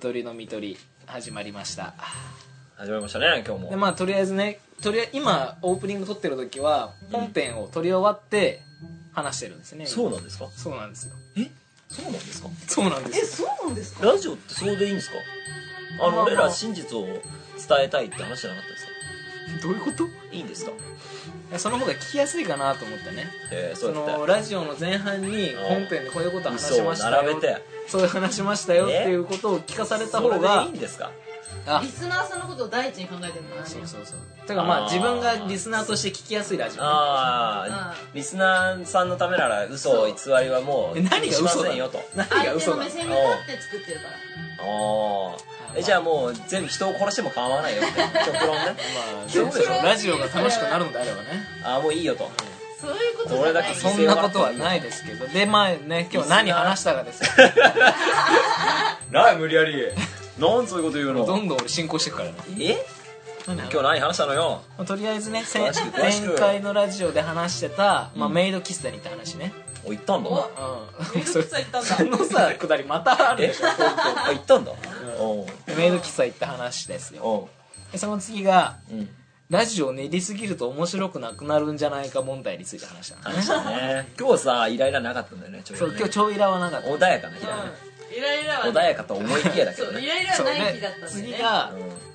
とりのみとり始まりました。 始まりましたね、今日も。 でまあとりあえずね、今オープニング撮ってる時は本編を撮り終わって話してるんですね。 そうなんですか？ そうなんですよ。 そうなんですか？ そうなんですよ。 そうなんですか？ ラジオってそうでいいんですか？ まあ俺ら真実を伝えたいって話じゃなかったですか？ どういうこと？ いいんですか？ その方が聞きやすいかなと思ってね。 そうやってのラジオの前半に本編でこういうこと話しましたよ、 並べてそういう話しましたよっていうことを聞かされた方が、 それでいいんですか？ リスナーさんのことを第一に考えてるのかな。 そうだからまあ自分がリスナーとして聞きやすいラジオ、ね、 リスナーさんのためなら嘘偽りはもう何がしま嘘だせんよと。 何が嘘だ相手の目線に立って作ってるから。 じゃあもう全部人を殺しても構わないよって極論ね。 まあそうでしょ、ラジオが楽しくなるのであればね。 もういいよと。 そういうことじゃない。 俺だけそんなことはないですけど。でまあね、今日何話したかですよ。 無理やりなんそういうこと言うの。 どんどん俺進行していくからね。 今日何話したのよ。 とりあえずね、 詳しく前回のラジオで話してた、メイド喫茶に行った話ね。 行ったんだ。 メイド喫茶行ったんだ。 そのさくだりまたあるでしょ。 行ったんだ。 メイド喫茶行った話ですよ。でその次が、ラジオ練りすぎると面白くなくなるんじゃないか問題について話したのね。 今日さイライラなかったんだよね。 そう今日超イラはなかった。 穏やかな日だね。 イライラは穏やかと思いきやだけどね。 そうイライラはない日だったんだよね。 次が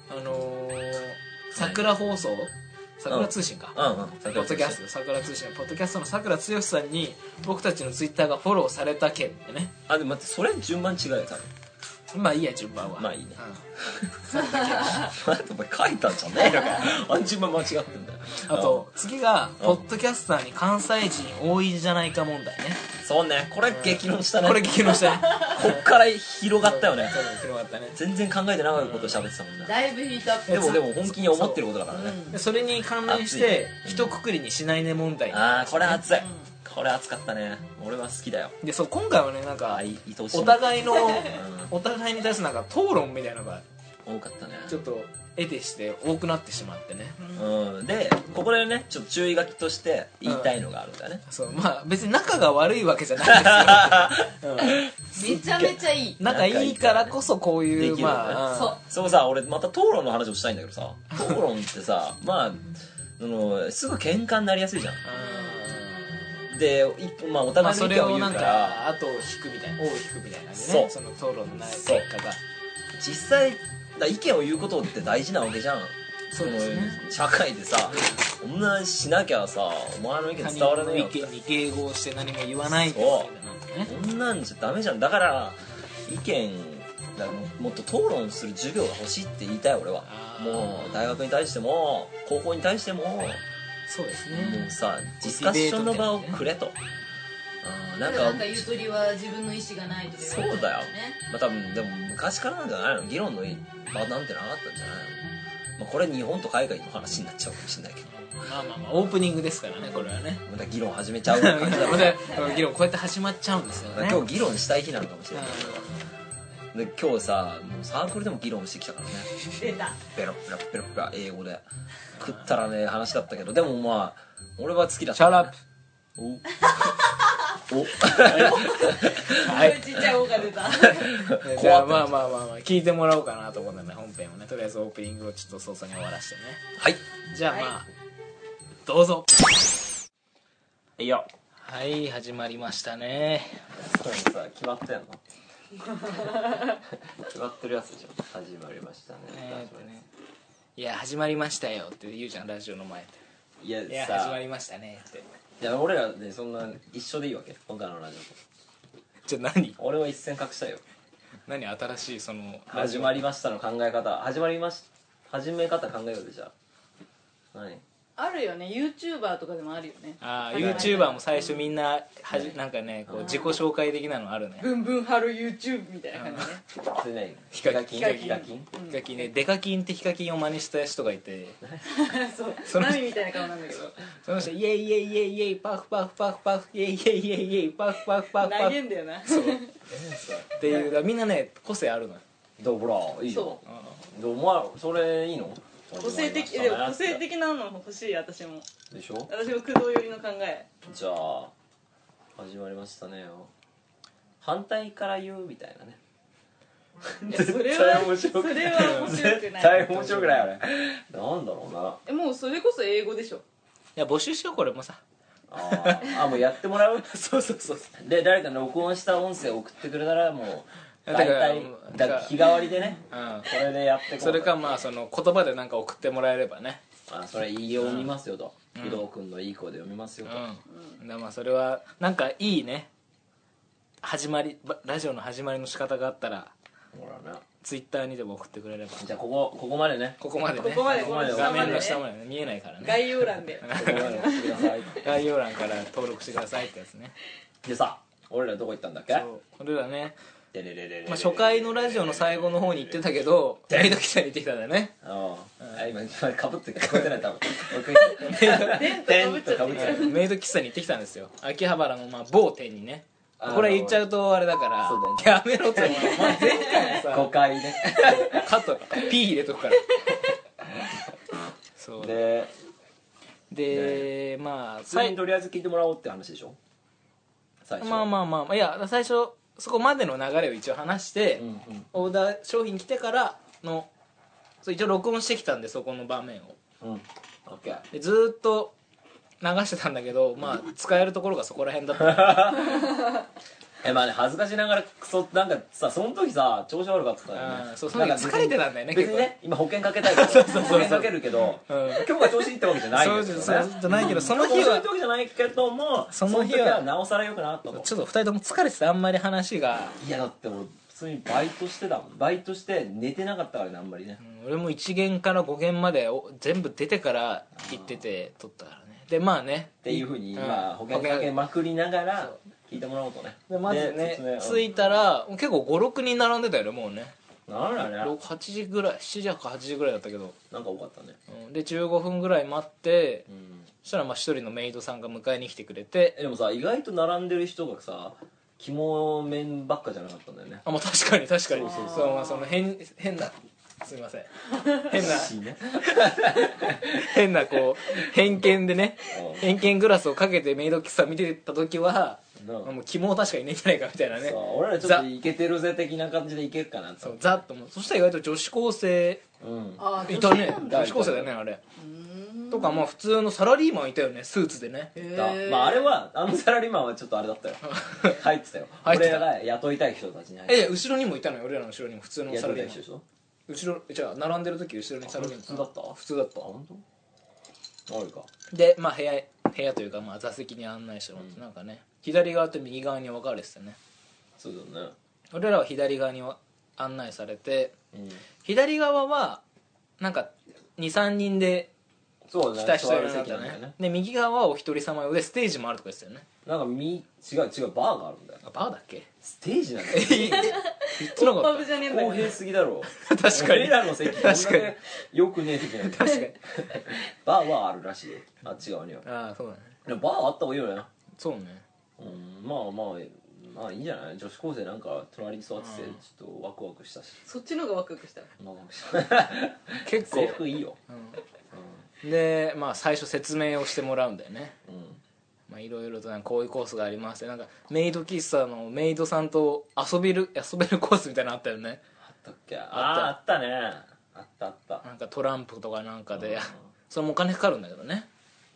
桜放送桜通信か、ポッドキャスト桜通信のポッドキャストの桜剛さんに僕たちのツイッターがフォローされた件でね。 でも待って、それ順番違うよ多分。 まあいいや、順番はまあいいね。待って、お前書いたんじゃねえのかよ。順番間違ってんだよ。 あと次がポッドキャスターに関西人多いじゃないか問題ね。 そうね、これ激論したね。 これ激論したね。 こっから広がったよね。 広がったね。 全然考えてなかったこと喋ってたもんね。 だいぶヒートアップ。 でも本気に思ってることだからね。 それに関連して一括りにしないね問題。 これ熱い。これ熱かったね。俺は好きだよ。 で今回はね、なんかお互いに対するなんか討論みたいなのが多かったね。 ちょっと得てして多くなってしまってね。 でここでねちょっと注意書きとして言いたいのがあるんだよね。 そう、まあ別に仲が悪いわけじゃないですよ。 めちゃめちゃいい。 仲いいからこそこういうそうさ、俺また討論の話をしたいんだけどさ、討論ってさすぐ喧嘩になりやすいじゃん。でまあお互いの意見を言うから後を引くみたいな、尾を引くみたいなね。その討論の結果が実際意見を言うことって大事なわけじゃん。 そうですね。 社会でさこんなしなきゃさお前の意見伝わらねえよって。 他人の意見に迎合して何も言わないってこんなんじゃダメじゃん。だから意見もっと討論する授業が欲しいって言いたい俺は。もう大学に対しても高校に対してもそうですね。 もうさディスカッションの場をくれと。 なんかゆとりは自分の意思がないとか言われてたよね。 そうだよ。多分でも昔からなんじゃないの。議論の場なんてなかったんじゃないの。これ日本と海外の話になっちゃうかもしれないけど。 まあオープニングですからね、これはね。 また議論始めちゃう感じだもんね。 議論こうやって始まっちゃうんですよね。 今日議論したい日なのかもしれないけど。で今日さもうサークルでも議論してきたからね。 出た。 ペロペラ英語で食ったらね話だったけど、でもまあ俺は好きだった。 シャラップ。 はい、ちっちゃい方が出た。 じゃあまあ聞いてもらおうかなと思うんだね、本編をね。とりあえずオープニングをちょっと早々に終わらしてね。 はい。 じゃあまあどうぞ。 いいよ。 はい、始まりましたね。 そうさ決まってんの？決まってるやつじゃん。始まりましたね。 いや始まりましたよって言うじゃん、ラジオの前で。いや始まりましたねって。 いや俺らねそんな一緒でいいわけ今回のラジオと。 じゃあ何？ 俺は一線隠したいよ。 何新しいその始まりましたの考え方。始め方考えようでじゃあ。何？ あるよね、 YouTuber とかでもあるよね。 YouTuber も最初みんななんかねこう自己紹介的なのあるね。 ブンブンハロ YouTube みたいな感じね。 それ何？ ヒカキンね。デカキンってヒカキンを真似した人がいてそうナミみたいな顔なんだけど、 その人イエイイエイイエイイエイパフパフパフパフイエイイエイイエイイエイパフパフパフパフ投げんだよな。 そうっていうみんなね個性あるのよ。 ほらいいよ。お前それいいの？ 個性的なの欲しい。私もでしょ。 私も工藤寄りの考え。 じゃあ始まりましたねよ。反対から言うみたいなね。 それは面白くない。 絶対面白くないあれ。なんだろうな。 もうそれこそ英語でしょ。 いや募集しようこれもさ。 もうやってもらう。 そうそうそう。 で誰か録音した音声送ってくれたらもう大体日替わりでね、これでやってこう。 それかまあその言葉でなんか送ってもらえればね。 それいい読みますよと。工藤君のいい声で読みますよと。 まあそれはなんかいいね。始まりラジオの始まりの仕方があったら。ほらな。ツイッターにでも送ってくれれば。 じゃあここまでね。 ここまで画面の下まで見えないからね。 概要欄で。 ここまで送ってください。 概要欄から登録してくださいってやつね。 でさ、俺らどこ行ったんだっけ？そう、 俺らね。初回のラジオの最後の方に行ってたけど、メイド喫茶に行ってきたんだよね。 今かぶって聞こえてない多分。 メイド喫茶に行ってきたんですよ。秋葉原の某店にね。これ言っちゃうとあれだからやめろって。前回さ 5回ねカット P 入れとくから。そうでまあ普通にとりあえず聞いてもらおうって話でしょ。 まあいや最初そこまでの流れを一応話して、オーダー商品来てからの一応録音してきたんでそこの場面を、でずっと流してたんだけど、まあ使えるところがそこら辺だったまあね、恥ずかしながらなんかさ、その時さ調子悪かったよね。 その時疲れてたんだよね。 別にね今保険かけたいから保険かけるけど、今日が調子いいってわけじゃないんですよね。 そうじゃないけど、その日はそういう時じゃないけども、その日はなおさらよくなったと。 ちょっと2人とも疲れててあんまり話が。 いやだって俺普通にバイトしてたもん。バイトして寝てなかったからね、あんまりね。 俺も1限から5限まで全部出てから行ってて撮ったからね。でまあねっていうふうに今保険かけまくりながら聞いてもらおうとね。 でまずね着いたら結構 5,6 人並んでたよね。もうねなんだね 8時ぐらい7時か8時ぐらいだったけど、 なんか多かったね。 で15分ぐらい待って、そしたら一人のメイドさんが迎えに来てくれて。 でもさ意外と並んでる人がさ肝面ばっかじゃなかったんだよね。 まあ確かにそうその変なすいません変なこう偏見でね偏見グラスをかけてメイド喫茶見てた時はもう肝確かにいねえんじゃないかみたいなね。 俺らちょっとイケてるぜ的な感じでいけるかな。 そうザッとそしたら意外と女子高生いたね。女子高生だよねあれとか。まあ普通のサラリーマンいたよね、スーツでね。 まああれはあのサラリーマンはちょっとあれだったよ入ってたよ。俺らが雇いたい人たちに入ってた。 後ろにもいたのよ。俺らの後ろにも普通のサラリーマン。後ろじゃあ並んでる時後ろにサラリーマン。 普通だった？ 普通だった。 本当？あるか。でまあ部屋というか座席に案内してもらって、なんかね左側と右側に分かれてたね。 そうだね。 俺らは左側に案内されて、左側はなんか 2,3 人で来た人いるんだね。で右側はお一人様用でステージもあるとかですよね。 なんか違うバーがあるんだよ。 バーだっけ？ ステージなんだよ。 言ってなかった。 公平すぎだろ確かに。 俺らの席こんなでよくねえ的な。 確かに。 バーはあるらしい。あっち側には。 そうだね。 でもバーあった方がいいよね。 そうね。 まあいいんじゃない。女子高生なんか隣に座っててちょっとワクワクしたし。 そっちの方がワクワクした。 結構制服いいよ。 でまあ最初説明をしてもらうんだよね。いろいろとこういうコースがありますって。なんかメイド喫茶のメイドさんと遊べるコースみたいなのあったよね。 あったっけ？あったね。あったなんかトランプとかなんかでそれもお金かかるんだけどね。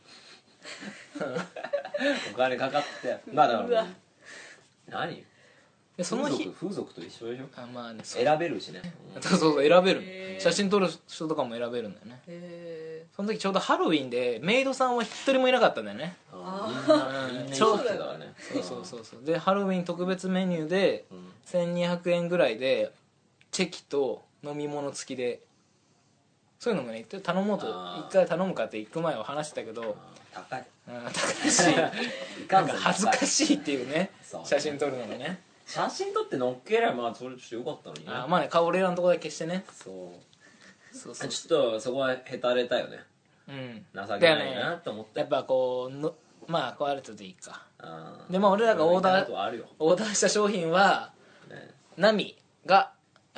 お金かかってまあだから何でその日風俗と一緒でしょ。 まあね選べるしね。 そう選べる。写真撮る人とかも選べるんだよね。その時ちょうどハロウィンでメイドさんは一人もいなかったんだよね。 ちょうどだからね。 そうでハロウィン特別メニューで1200円ぐらいでチェキと飲み物付きで、そういうのもね頼もうと一回頼むかって行く前は話してたけど高いしなんか恥ずかしいっていうね。写真撮るのがね。 写真撮って乗っければそれちょっとよかったのにね。 まあね俺らのとこだけ消してね。 そうちょっとそこはへたれたよね。情けないなと思って。 やっぱこうまあこうあるとでいいか。でまあ俺らがオーダーした商品はナミが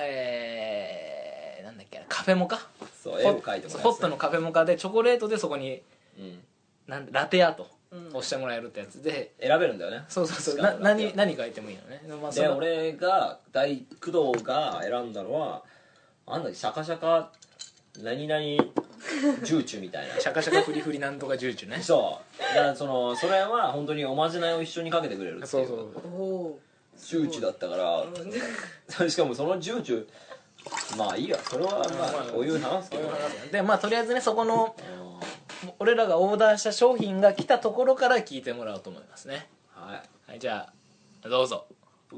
なんだっけカフェモカ。 そう絵を描いてもらってホットのカフェモカでチョコレートでそこにラテアート押してもらえるってやつで選べるんだよね。 そう何書いてもいいのね。 で俺が工藤が選んだのはなんだっけ、シャカシャカ何々ジューチュみたいなシャカシャカフリフリなんとかジューチュね。 そうだからそれは本当におまじないを一緒にかけてくれるっていう。 そうジューチュだったからしかもそのジューチュまあいいや、それはまあお湯話すけどでとりあえずね、そこの俺らがオーダーした商品が来たところから聞いてもらおうと思いますね。 はい、 じゃあどうぞ。 お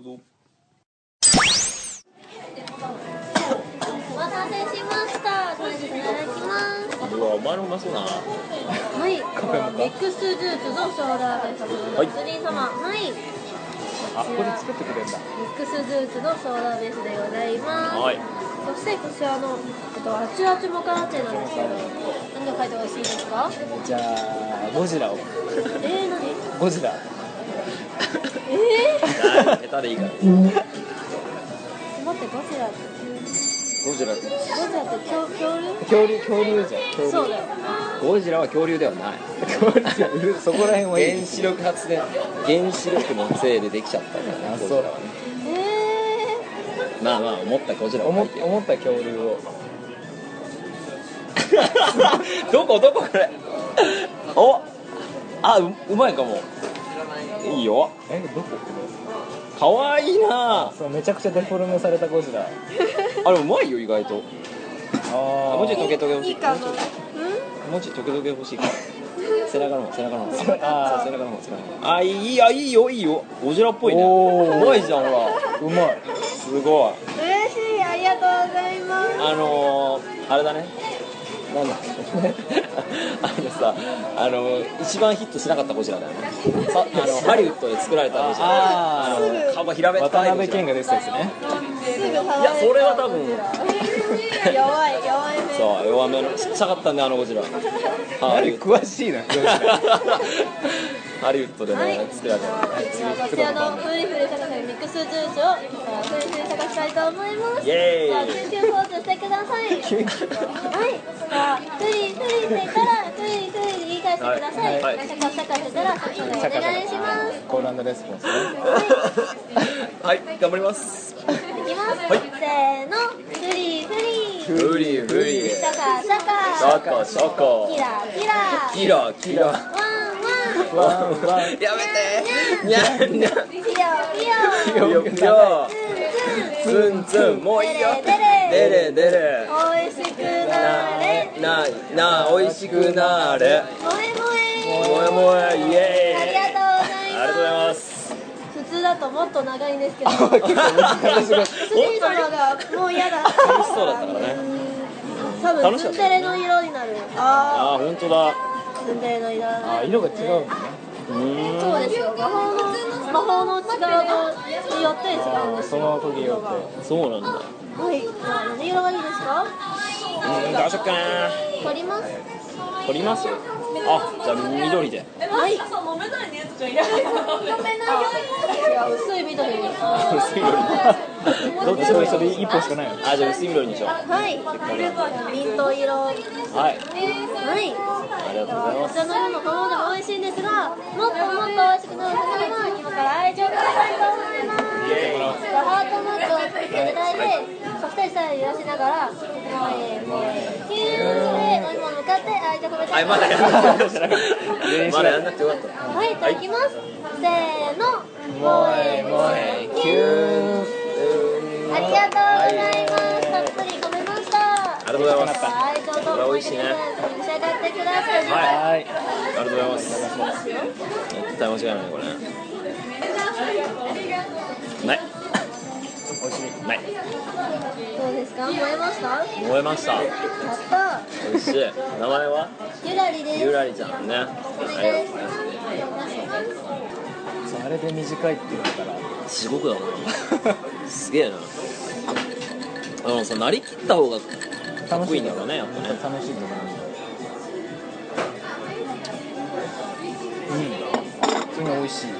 待たせしました。いただきます。 うわ、お前のうまそうだな。 はい、ミックスジュースのソーダベースお祭り様。はい、 これ作ってくれるんだ。 ミックスジュースのソーダベースでございます。 はい、 そしてこちらのあちあちモカラテなんですけど、何を書いてほしいですか？ じゃあゴジラを。 何？ ゴジラ。 下手でいいから。 待って、ゴジラって恐竜じゃん。 そうだよ。 ゴジラは恐竜ではない。 そこら辺はいい。 原子力発電、原子力のせいでできちゃったんだね、ゴジラはね。まあ思ったゴジラを思った恐竜をどここれうまいかも。いいよ。 どこ？ かわいいな。 そう、めちゃくちゃデフォルメされたゴジラ。 あれうまいよ意外と。もうちょいトゲトゲ欲しい。 いいかな。 もうちょいトゲトゲ欲しいから。背中の方。いいよ。ゴジラっぽいね。うまいじゃん、ほら。 うまい。 すごい。 嬉しい、ありがとうございます。 あれだね。なんださ、一番ヒットしなかったゴジラだよね。ハリウッドで作られたゴジラ。幅平べったい渡辺謙が出てたやつね。 いや、それは多分弱いめ。 そう、弱めのちっちゃかったんで、あのゴジラ。 詳しいな。 ハリウッドでね、作られた。 こちらのフリフリシャカシャカミックスジュースをフリフリシャカしたいと思います。 イエーイ。 じゃあキュンキュンポーズしてください。はい。じゃあフリって言ったらフリで言い返してください。シャカシャカしてたらお願いします。 コール&レスポンスね。 はい、頑張ります。 いきます。せーの、フリフリシャカシャカシャカキラキラワンやめてにゃんにゃんピヨピヨツンツンもういいよデレおいしくなれおいしくなれもえイエーイ。 ありがとうございます普通だともっと長いんですけどスリー様がもう嫌だ楽しそうだったからね。 多分ツンデレの色になる本当だ。 ツンデレの色色が違うんだね。 そうですよ魔法の力によって違うんですよ。 その時によってそうなんだ。 はい何色がいいですか？ どうしよっかな。取ります。じゃあ緑で。 はい。飲めないやつじゃいらない。薄い緑に。 薄い緑。 どっちそれ一本しかないの。 じゃあ薄い緑にしよう。 はい。ミント色。はい。 ありがとうございます。 こちらのものもでも美味しいんですが、もっと美味しくなるためには今から愛情をくださいと思います。ハートマットを作っていただいて、そして下へ揺らしながら、キューンで向かって愛情をください。 まだやんなくてよかった。 はい、いただきます。せーの。 キューン。 ありがとうございます。たっぷり込めました。 ありがとうございます。 愛情と思い出に召し上がってください。 はい。ありがとうございます。絶対間違いないねこれね。うまい。 美味しい。 うまい。 どうですか？燃えました？ 燃えました。 やった美味しい。名前は？ ゆらりです。 ゆらりちゃんね。 あれで短いって言ったら地獄だな。すげえな。なりきった方がかっこいいんだろうね、やっぱね。 楽しいと思う。普通に美味しい。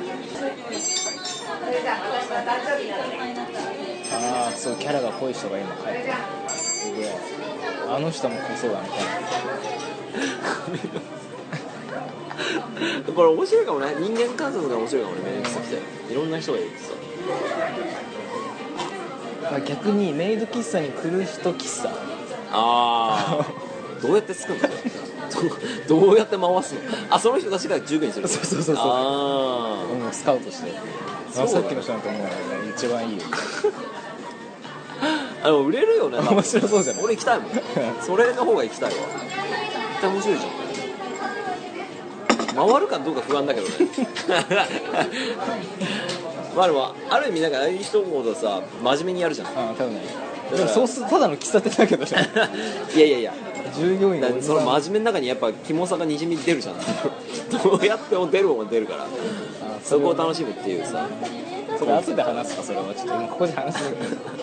そうキャラが濃い人が今帰ってる。すげえ。あの人も濃そうだみたいな。 これ面白いかもね、人間観察が面白いかもね、メイド喫茶来ていろんな人がいるってさ。 逆にメイド喫茶に来る人喫茶。 ああどうやって作るのどうやって回すの。あ、その人たちが従業員する。 そうそうそうそう。 あもうスカウトして、さっきの人なんてもう一番いいよ。 でも売れるよね。 面白そうじゃない。 俺行きたいもんそれの方が行きたいわ。絶対面白いじゃん。回るかどうか不安だけどねまあでもある意味なんかああいう人ほどさ真面目にやるじゃん。 ああ多分ね。でもそうするとただの喫茶店だけどねいやいやいや、 従業員がその真面目の中にやっぱキモさがにじみ出るじゃんどうやっても出るもん出るから、そこを楽しむっていうさ。 それ後で話すか。それはちょっと今ここで話す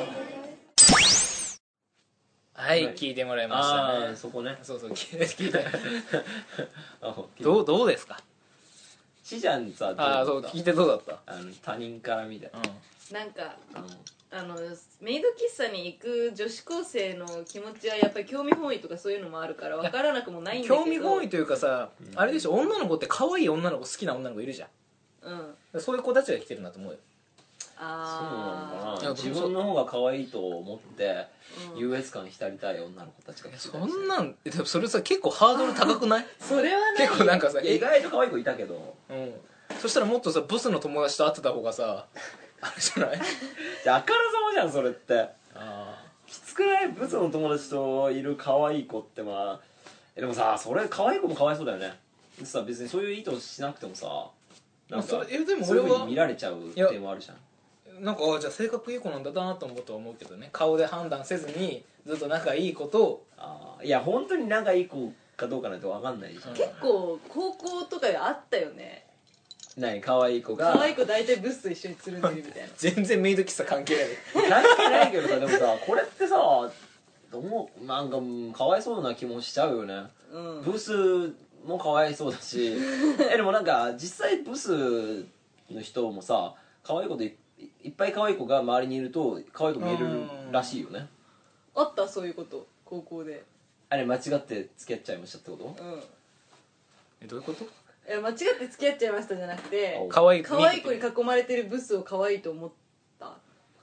はい、聞いてもらいましたね。 そこね。 そうそう聞いてどうですか。 しーちゃんさ、 そう聞いてどうだった。 他人から見て、 なんかメイド喫茶に行く女子高生の気持ちはやっぱり興味本位とかそういうのもあるから分からなくもないんだけど、 興味本位というかさ、あれでしょ、女の子って可愛い女の子好きな女の子いるじゃん。そういう子たちが来てるんだと思うよ。 そうなのかな。自分の方が可愛いと思って優越感浸りたい女の子たちが来てたりして。 そんなんでもそれさ結構ハードル高くないそれはね結構なんかさ意外と可愛い子いたけど、 そしたらもっとさブスの友達と会ってた方がさあれじゃないじゃああからさまじゃんそれって。きつくない？ブスの友達といる可愛い子ってまあでもさ、それ可愛い子も可哀想だよね。さ別にそういう意図しなくてもさ、なんかそういう風に見られちゃう点もあるじゃん。 なんかじゃあ性格いい子なんだなと思うけどね、顔で判断せずにずっと仲いい子と。 いや本当に仲いい子かどうかなんて分かんないじゃん。 結構高校とかであったよね。 何可愛い子が可愛い子大体ブスと一緒につるんでるみたいな全然メイド喫茶関係ない関係ないけどさ、でもさこれってさなんかかわいそうな気もしちゃうよね、ブスもかわいそうだしでもなんか実際ブスの人もさ可愛い子でいっぱい可愛い子が周りにいると可愛く見えるらしいよね。 あったそういうこと高校で。 あれ間違って付き合っちゃいましたってこと？ どういうこと？ 間違って付き合っちゃいましたじゃなくて、 可愛い子に囲まれてるブスを可愛いと思った。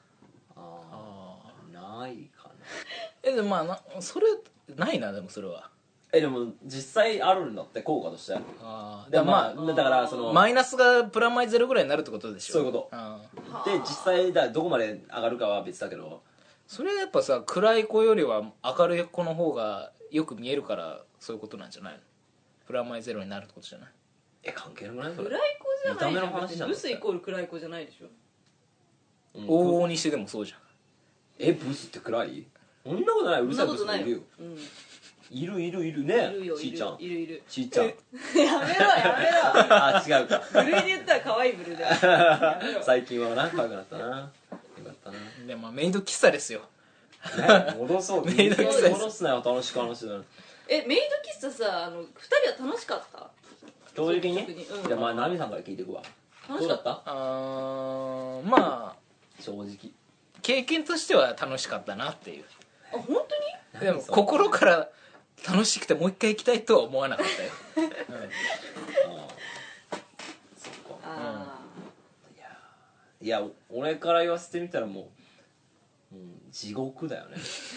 ないかな。 でもまあそれないな。でもそれはでも実際あるんだって効果として。 だからそのマイナスがプラマイゼロぐらいになるってことでしょ。 そういうことで実際どこまで上がるかは別だけど、 それはやっぱさ暗い子よりは明るい子の方がよく見えるからそういうことなんじゃないの。プラマイゼロになるってことじゃない。 関係なくない？ 暗い子じゃないじゃん。 見た目の話じゃん。 ブスイコール暗い子じゃないでしょ。 往々にしてでもそうじゃん。 ブスって暗い？そんなことない。うるさいブスもいるよ。いるね。ちーちゃん。 いる。 ちーちゃん。 やめろ。 違うか。 部類で言ったら可愛い部類だよ。 最近はな可愛くなったな。よかったな。 でもメイド喫茶ですよ。 戻そう。 メイド喫茶戻すなよ。楽しく話だな。 メイド喫茶さ、2人は楽しかった？ 正直に？じゃあナミさんから聞いていくわ。どうだった？ まあ正直経験としては楽しかったなっていう。 本当に？ でも心から楽しくてもう一回行きたいとは思わなかったよ。 そっか。いや俺から言わせてみたらもう地獄だよね。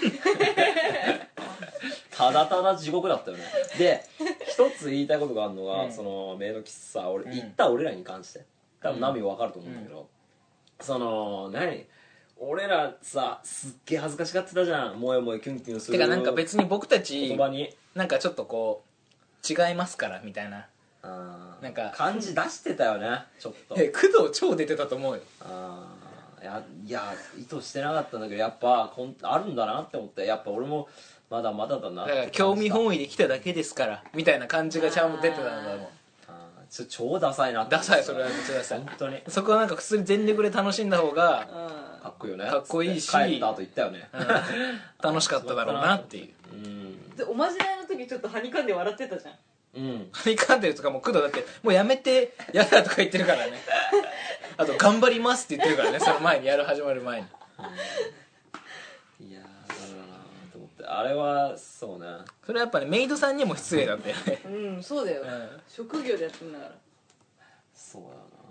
ただただ地獄だったよね。で一つ言いたいことがあるのが、そのメイド喫茶行った俺らに関して多分ナミ分かると思うんだけど、その俺らさすっげえ恥ずかしがってたじゃん。もえもえキュンキュンする。 てかなんか別に僕たち言葉になんかちょっとこう違いますからみたいななんか感じ出してたよねちょっと。 工藤超出てたと思うよ。 いや意図してなかったんだけどやっぱあるんだなって思って。やっぱ俺もまだまだだなって。 だから興味本位で来ただけですからみたいな感じがちゃんと出てたんだもん。 超ダサいなって。 ダサい。それはめっちゃダサい本当に。そこはなんか普通に全力で楽しんだ方がかっこいいよね。 かっこいいし帰った後言ったよね。 楽しかっただろうなっていう。 おまじないの時ちょっとはにかんで笑ってたじゃん。 はにかんでるとかもう工藤だってもうやめてやだとか言ってるからね。あと頑張りますって言ってるからね。その前に始まる前に。 いやだからなと思って。 あれはそうね。 それはやっぱねメイドさんにも失礼だったよねうんそうだよ、職業でやってんだからそうだ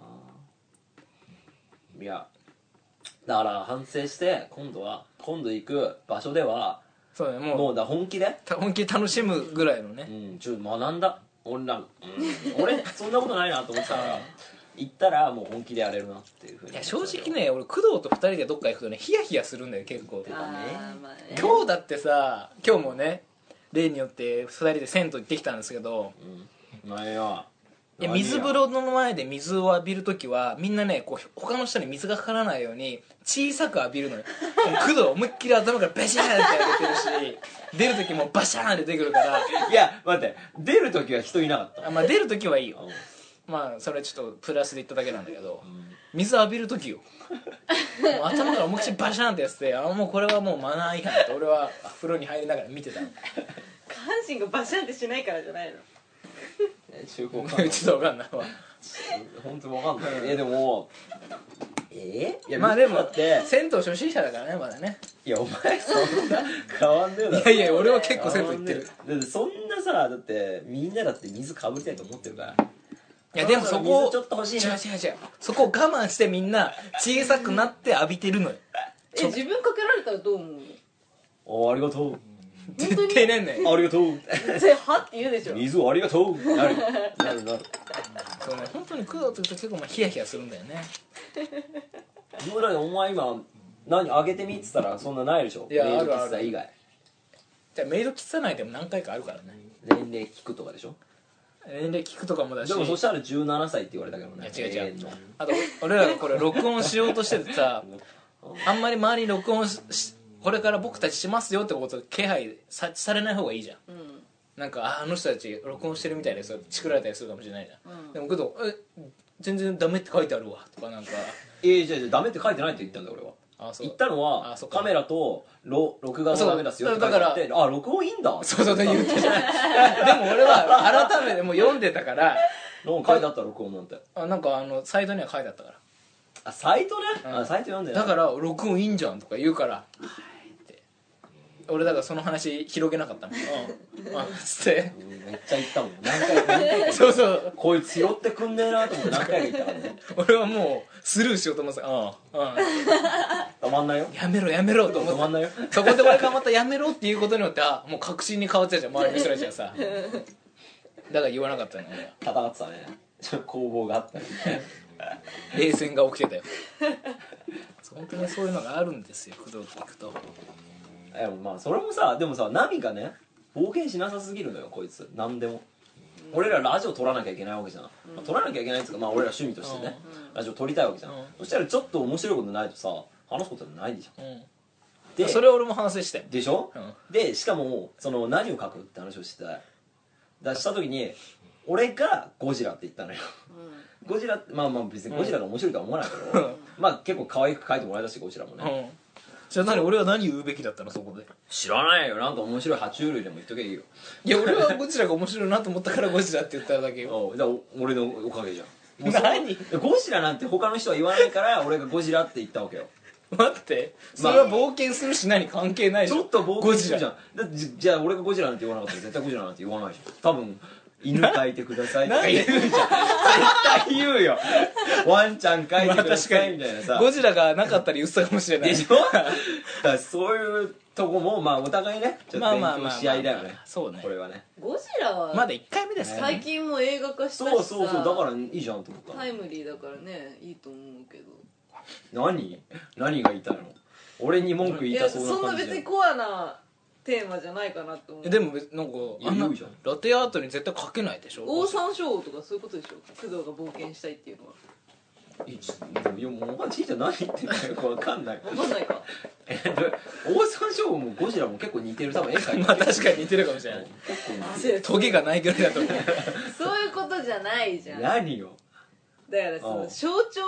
な。いやだから反省して今度行く場所ではそうねもうだ本気で本気で楽しむぐらいのね、 学んだ俺そんなことないなと思ってたから行ったらもう本気でやれるなっていうふうに。 いや正直ね俺工藤と2人でどっか行くとねヒヤヒヤするんだよ結構。 まあね今日だってさ今日もね例によって2人で銭湯行ってきたんですけど、 何よいや水風呂の前で水を浴びるときはみんなねこう他の人に水がかからないように小さく浴びるのよ工藤思いっきり頭からバシャーンって上げてるし出るときもバシャーンって出てくるからいや待って出るときは人いなかったまあ出るときはいいよ、まあそれはちょっとプラスで言っただけなんだけど、水浴びるときよもう頭から思いっきりバシャーンってやっててもうこれはもうマナー違反って俺は風呂に入りながら見てたの下半身がバシャンってしないからじゃないの中高ちょっと分かんないわ本当に分かんない。でもいやまあでもだって銭湯初心者だからねまだね。 いやお前そんな変わんねえだろ。 いやいや俺は結構銭湯行ってる。 だってそんなさだってみんなだって水かぶりたいと思ってるから。 いやでもそこを水ちょっと欲しいな。 違うそこを我慢してみんな小さくなって浴びてるのよ。 自分かけられたらどう思うの？ ありがとう絶対なんないありがとうそれはって言うでしょ。 水をありがとうなるそうね本当に工藤って言うと結構まあヒヤヒヤするんだよね。 どうだよお前今何上げてみっつったらそんなないでしょ。 いやメイドあるある喫茶以外じゃあメイド喫茶内でも何回かあるからね。 年齢聞くとかでしょ。 年齢聞くとかもだし。 でもそしたら17歳って言われたけどね。 いや違う永遠のあと俺らがこれ録音しようとしててさあんまり周りに録音これから僕たちしますよってこと気配されない方がいいじゃん。なんかあの人たち録音してるみたいですチクられたりするかもしれないじゃん、でもけど全然ダメって書いてあるわとかなんかじゃあダメって書いてないって言ったんだよ俺は。 そう言ったのはそうかカメラと録画もダメですよって書いてあってだ録音いいんだそう言ってじゃないでも俺は改めてもう読んでたから書いてあった録音なんて。 なんかサイトには書いてあったからサイトね、サイト読んでない。 だから録音いいんじゃんとか言うからって俺だからその話広げなかったのつってめっちゃ言ったもん何回かそうこいつ拾ってくんねえなと思って何回か言ったからね。 俺はもうスルーしようと思ってた止まんないよやめろと思って止まんないよ。 そこで俺がまたやめろっていうことによってもう確信に変わってたじゃん周りの人たちはさだから言わなかったのね。 戦ってたね攻防があったり冷戦が起きてたよ本当にそういうのがあるんですよ工藤って聞くと。 まあそれもさでもさナミがね冒険しなさすぎるのよこいつ何でも。俺らラジオ撮らなきゃいけないわけじゃん、撮らなきゃいけないっていうかまあ俺ら趣味としてね、ラジオ撮りたいわけじゃん、そしたらちょっと面白いことないとさ話すことないでしょ、 でそれは俺も反省してでしょ、でしかもその何を書くって話をしてたした時に俺がゴジラって言ったのよ、ゴジラってまあ別にゴジラが面白いとは思わないけど、まあ結構可愛く書いてもらえたしゴジラもね、 じゃあ俺は何言うべきだったのそこで。 知らないよなんか面白い爬虫類でも言っとけばいいよ。 いや俺はゴジラが面白いなと思ったからゴジラって言っただけよ。 だから俺のおかげじゃん。もう何ゴジラなんて他の人は言わないから俺がゴジラって言ったわけよ。 待ってそれは冒険するし何関係ないじゃん。 ちょっと冒険するじゃん。だってじゃあ俺がゴジラなんて言わなかったら絶対ゴジラなんて言わないじゃん。多分犬描いてくださいとか言うじゃん。絶対言うよ。ワンちゃん描いてくださいみたいなさ。 ゴジラがなかったら言ってたかもしれないでしょ。だからそういうとこもまあお互いねちょっと勉強し合いだよね。 そうねこれはね。 ゴジラはまだ1回目ですからね。 最近も映画化したしさ、 そうだからいいじゃんと思ったタイムリーだからねいいと思うけど。 何が言いたいの。俺に文句言いたそうなそんな感じ別にコアなテーマじゃないかなと思う。 でもなんかあんな言うじゃんラテアートに絶対書けないでしょ。 オオサンショウウオとかそういうことでしょ。工藤が冒険したいっていうのは。 いやもうお前ちいちゃん何言ってんのかよくわかんない。 分かんないか。 オオサンショウウオもゴジラも結構似てる。多分絵描いてる。 まあ確かに似てるかもしれない。 結構似てる。 トゲがないぐらいだと思う。 そういうことじゃないじゃん。 何よ。 だからその象徴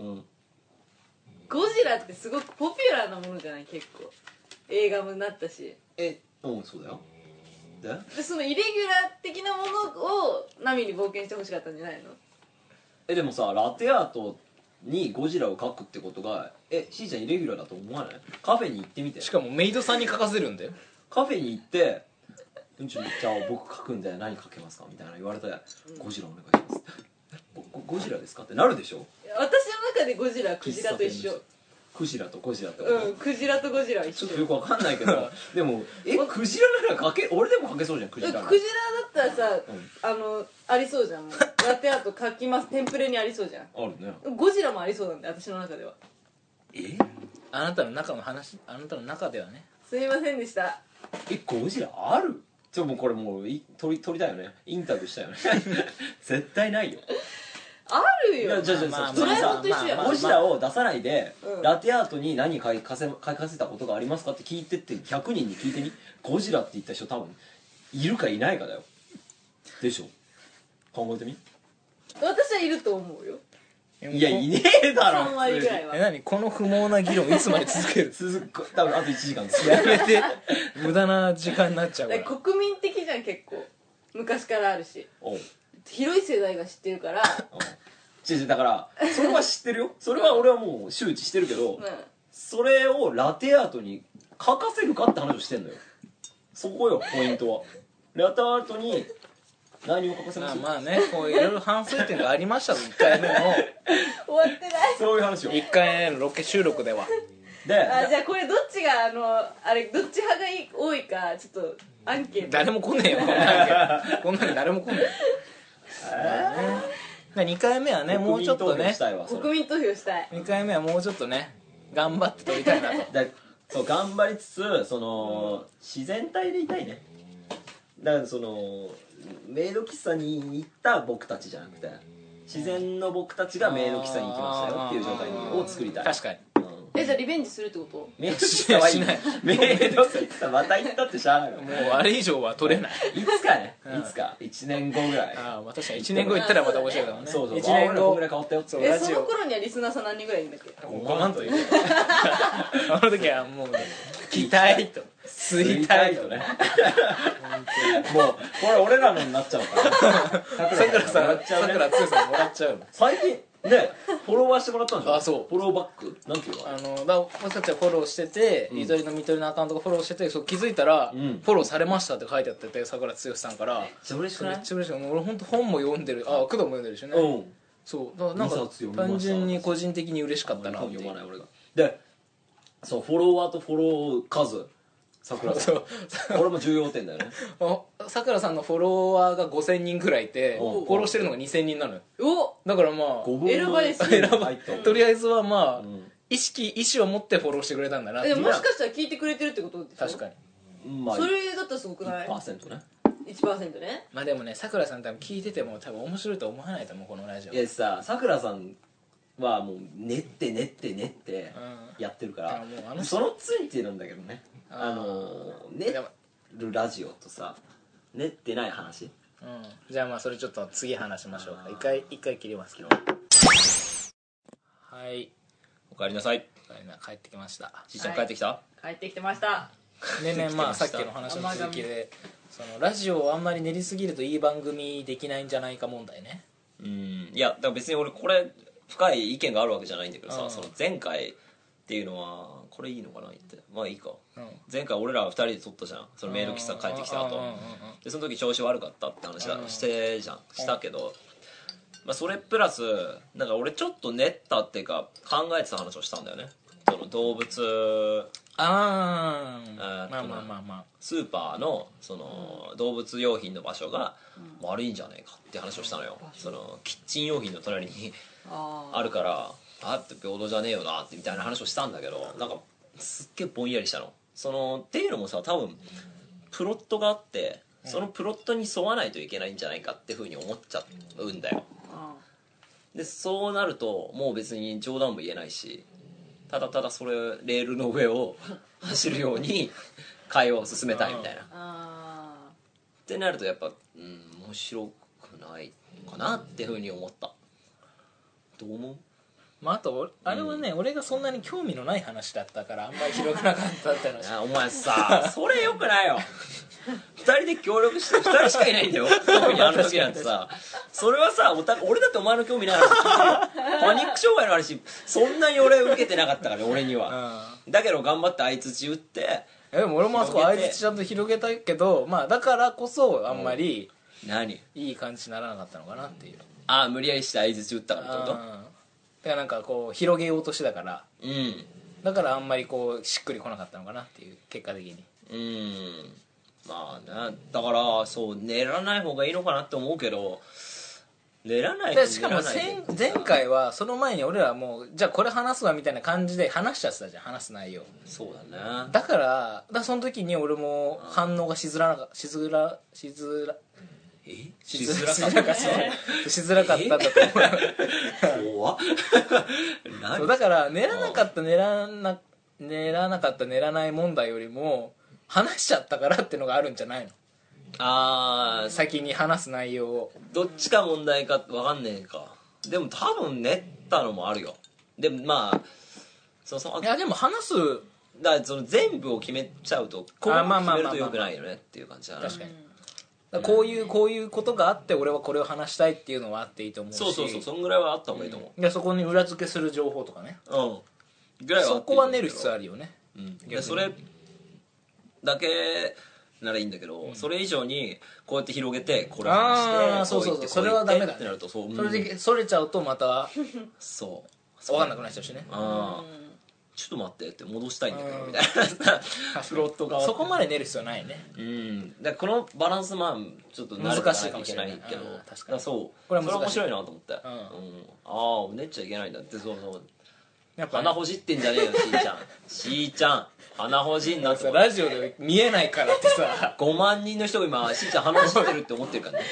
ゴジラってすごくポピュラーなものじゃない。結構映画もなったし。 そうだよ。 でそのイレギュラー的なものをナミに冒険してほしかったんじゃないの。 でもさラテアートにゴジラを描くってことがしーちゃんイレギュラーだと思わない。カフェに行ってみて。 しかもメイドさんに書かせるんだよ。 カフェに行って「じゃあ僕書くんで何書けますか?」みたいな言われて「ゴジラお願いします」ゴジラですかってなるでしょ。 私の中でゴジラはクジラと一緒。 クジラとゴジラってクジラとゴジラは一緒。 ちょっとよくわかんないけどでもクジラなら俺でも書けそうじゃん。クジラならクジラだったらさ、ありそうじゃん。ラテアート書きます、テンプレにありそうじゃん。 あるね。 ゴジラもありそうなんで、私の中では。 あなたの中の話、あなたの中ではね。 すみませんでした。 ゴジラある？もうこれもう撮りたいよね。インタビューしたいよね絶対ないよ。 あるよ。 じゃあドラえもんと一緒や。 ゴジラを出さないで、 うんラテアートに何書かせたことがありますかって聞いてって100人に聞いてみ。ゴジラって言った人多分いるかいないかだよ。でしょ。考えてみ。 私はいると思うよ。 いやいねえだろ。 3割ぐらいは。 何この不毛な議論いつまで続ける多分あと1時間ですやめて無駄な時間になっちゃうから。 国民的じゃん、結構昔からあるし、 おう広い世代が知ってるから。 だからそれは知ってるよ。それは俺はもう周知してるけど、それをラテアートに書かせるかって話をしてんのよ。そこよポイントは。ラテアートに何を書かせます？ まあね、こういろいろ反省点がありましたと。1回目の終わってない。 そういう話を。 1回目のロケ収録ではでじゃあこれどっちがあれどっち派が多いかちょっとアンケート。 誰も来ねえよこんなんこんなん誰も来ねえよ。2回目はねもうちょっとね、 国民投票したい。 2回目はもうちょっとね頑張って撮りたいなと。 そう頑張りつつ自然体でいたいね。だからメイド喫茶に行った僕たちじゃなくて、自然の僕たちがメイド喫茶に行きましたよっていう状態を作りたい。 確かに。 じゃあリベンジするってこと？ メイド喫茶はいないメイド喫茶また行ったってしゃあないよ。 もうあれ以上は撮れない。 いつかね、いつか1年後ぐらい。 まあ確かに1年後行ったらまた面白いからね。 そう 1年後ぐらい変わったよ。 そうラジオその頃にはリスナーさん何人ぐらいいるんだっけ 5万といる。あの時はもう来たいと吸いたいとね。 もうこれ俺らのになっちゃうからさくらさん、さくらつよさんもらっちゃうの。 最近ねフォロワーしてもらったんでしょ。 あそうフォローバックなんていうの。 私たちはフォローしてて、ゆとりのみとりのアカウントがフォローしてて、そう気づいたら、フォローされましたって書いてあってて、さくらつよさんから。めっちゃ嬉しくない？ めっちゃ嬉しい。俺本当本も読んでる。工藤も読んでるしね。そうだからなんか単純に個人的に嬉しかったなっていう。 読まない俺が。でそうフォロワーとフォロー数さくらさんこれも重要点だよね。 さくらさんのフォロワーが5000人くらいいて、フォローしてるのが2000人なのよ。だからまあ選ばれすぎ選ばとりあえずはまあ、意思を持ってフォローしてくれたんだなっていう。 もしかしたら聞いてくれてるってことでしょ。 確かに、 それだったらすごくない？ 1% ね。 1% ね。 まあでもね、さくらさん多分聞いてても多分面白いと思わないと思うこのラジオ。 いやさくらさんはもう練ってやってるから、そのついてなんだけどね、練るラジオとさ練ってない話。 じゃあまあそれちょっと次話しましょうか。一回切りますけど。はい、 おかえりなさい。 帰ってきました。 ちいちゃん帰ってきた？ 帰ってきてました。 ねまあさっきの話の続きで、ラジオをあんまり練りすぎるといい番組できないんじゃないか問題ね。 いやだから別に俺これ深い意見があるわけじゃないんだけどさ、その前回っていうのはこれいいのかな言って、まあいいか、前回俺ら2人で撮ったじゃん、そのメール喫茶帰ってきた後で、その時調子悪かったって話したけど、まあそれプラスなんか俺ちょっと練ったっていうか考えてた話をしたんだよね。その動物まあスーパーのその動物用品の場所が悪いんじゃねえかって話をしたのよ。そのキッチン用品の隣にあるからって平等じゃねえよなってみたいな話をしたんだけど、なんかすっげえぼんやりしたの。っていうのもさ、多分プロットがあってそのプロットに沿わないといけないんじゃないかってふうに思っちゃうんだよ。でそうなるともう別に冗談も言えないし、ただただそれレールの上を走るように会話を進めたいみたいなってなるとやっぱ面白くないのかなっていうふうに思った。どう思う？ まあ、あとあれはね、俺がそんなに興味のない話だったからあんまり広くなかったって話。 お前さそれよくないよ2人で協力して2人しかいないんだよ特にあの時なんてさそれはさ俺だってお前の興味ない話パニック障害の話そんなに俺受けてなかったから俺には、だけど頑張って相槌打ってでも俺もあそこ相槌ちゃんと広げたけど、まあだからこそあんまり何いい感じにならなかったのかなっていう。 ああ無理やりして相槌打ったからってこと？ だからなんかこう広げようとしてたから、 うんだからあんまりこうしっくりこなかったのかなっていう、結果的に。 まあね、だからそう練らない方がいいのかなって思うけど、練らないでしかも前回はその前に俺らもうじゃあこれ話すわみたいな感じで話しちゃってたじゃん、話す内容。 そうだね。 だからその時に俺も反応がしづらかったしづらかったんだと思う。 怖っそうだから練らなかった練らない問題よりも話しちゃったからってのがあるんじゃないの？ ああ先に話す内容をどっちか問題か分かんねえか。でも多分練ったのもあるよ。でもまあいやでも話すだからその全部を決めちゃうとこう決めるとよくないよねっていう感じだな。 確かに。こういうことがあって俺はこれを話したいっていうのはあっていいと思うし、 そうそんぐらいはあった方がいいと思う。 でそこに裏付けする情報とかね、 ぐらいはそこは練る必要あるよね。 でそれだけならいいんだけど、それ以上にこうやって広げてこれ話してそうそれはダメだねってなるとそれでそれちゃうとまたそう分かんなくなっちゃうしね。 ちょっと待ってって戻したいんだけどみたいなフロットがそこまで練る必要ないね。 だからこのバランスちょっと慣れていかなきゃいけないけど、 確かにそうこれはそれは面白いなと思って、ああ練っちゃいけないんだって。そうやっぱ鼻ほじってんじゃねえよしーちゃん鼻ほじんなってラジオで見えないからってさ 5万人の人が今しーちゃん鼻ほじってるって思ってるからね。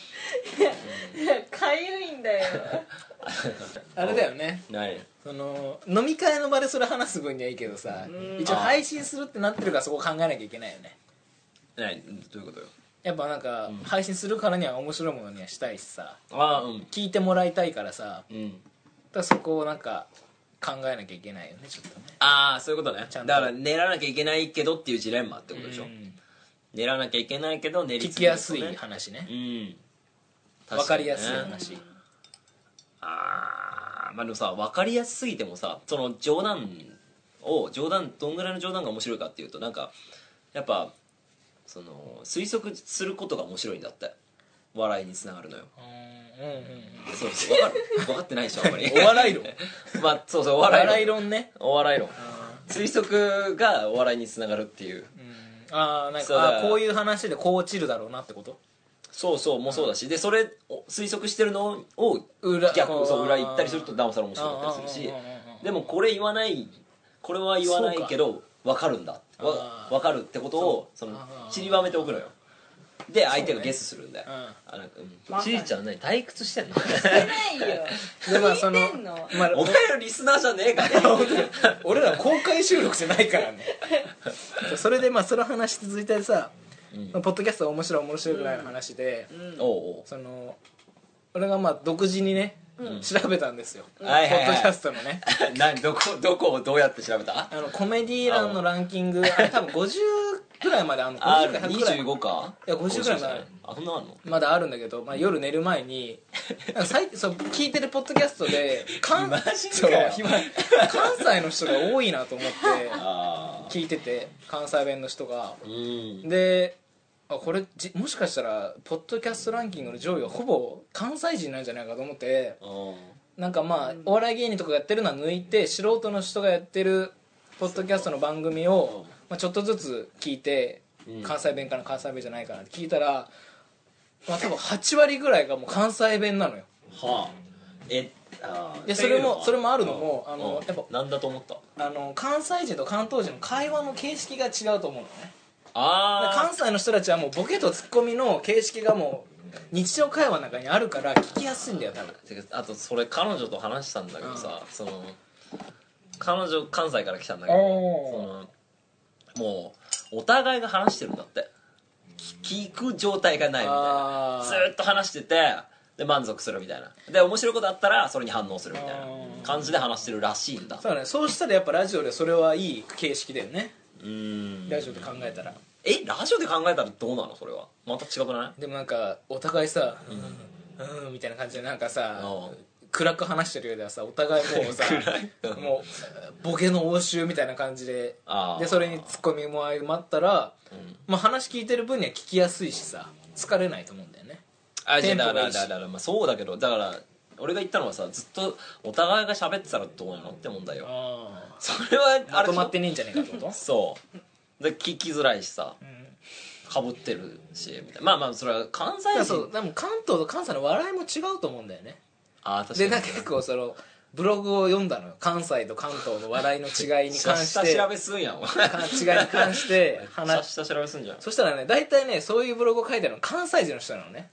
かゆいんだよ。 あれだよね、その飲み会の場でそれ話す分にはいいけどさ、一応配信するってなってるからそこ考えなきゃいけないよね。 どういうことよ。 やっぱなんか配信するからには面白いものにはしたいしさ、 聞聞いてもらいたいからさ、だからそこをなんか考えなきゃいけないよね、ちょっとね。 ああそういうことね。 ちゃんとだから練らなきゃいけないけどっていうジレンマってことでしょ。練らなきゃいけないけど練り聞きやすい話ね、分かりやすい話。 まあでもさ分かりやすすぎてもさ、その冗談どんぐらいの冗談が面白いかっていうと、なんかやっぱその推測することが面白いんだって、笑いにつながるのよ。そう分かってないでしょあんまり。 お笑い論まあそうお笑い論ね。 お笑い論推測がお笑いにつながるっていう。 なんかこういう話でこう落ちるだろうなってこと。 そうもそうだし、でそれを推測してるのを裏言ったりするとなおさら面白かったりするし、でもこれは言わないけど分かるんだ、分かるってことをその散りばめておくのよ。で相手がゲスするんだよ。ちーちゃん何退屈してんの？ してないよ。 でまあそのお前のリスナーじゃねえから俺ら公開収録じゃないからね。それでまあその話続いてさ、ポッドキャストは面白い面白くないの話で、その俺がまあ独自にね調べたんですよ、ポッドキャストのね。 どこをどうやって調べた？ コメディ欄のランキング、あれ多分50くらいまであるの。 25か？ いや50くらいまである。 そんなあるの？ まだあるんだけど、まあ、夜寝る前にそう聞いてるポッドキャストで関西の人が多いなと思って聞いてて、関西弁の人が。でこれもしかしたらポッドキャストランキングの上位はほぼ関西人なんじゃないかと思って、なんかまあお笑い芸人とかがやってるのは抜いて素人の人がやってるポッドキャストの番組をちょっとずつ聞いて、関西弁かな関西弁じゃないかなって聞いたら、多分8割ぐらいがもう関西弁なのよ。でそれもあるのもやっぱなんだと思った？ 関西人と関東人の会話の形式が違うと思うのね。関西の人たちはもうボケとツッコミの形式がもう日常会話の中にあるから聞きやすいんだよ多分。 あとそれ彼女と話したんだけどさ、その彼女関西から来たんだけど、もうお互いが話してるんだって、聞く状態がないみたいな。ずーっと話しててで満足するみたいな、で面白いことあったらそれに反応するみたいな感じで話してるらしいんだ。 そうね、そうしたらやっぱラジオでそれはいい形式だよね。ラジオで考えたら。 ラジオで考えたらどうなの？それはまた違くない？ でもなんかお互いさみたいな感じでなんかさ暗く話してるようではさお互いもうさもうボケの応酬みたいな感じでそれにツッコミも相まったら、まあ、話聞いてる分には聞きやすいしさ疲れないと思うんだよね。 だからまあそうだけどだから俺が言ったのはさずっとお互いが喋ってたらどうなのって問題よ。それはまとまってねえんじゃねえかってことそうで聞きづらいしさ、かぶってるしみたいな。まあまあそれは関西人そうでも関東と関西の笑いも違うと思うんだよね。 確かにでなんか結構そのブログを読んだのよ。関西と関東の笑いの違いに関して下調べすんやん違いに関して下調べすんじゃん。 そしたらね大体ねそういうブログを書いてるの関西人の人なのね。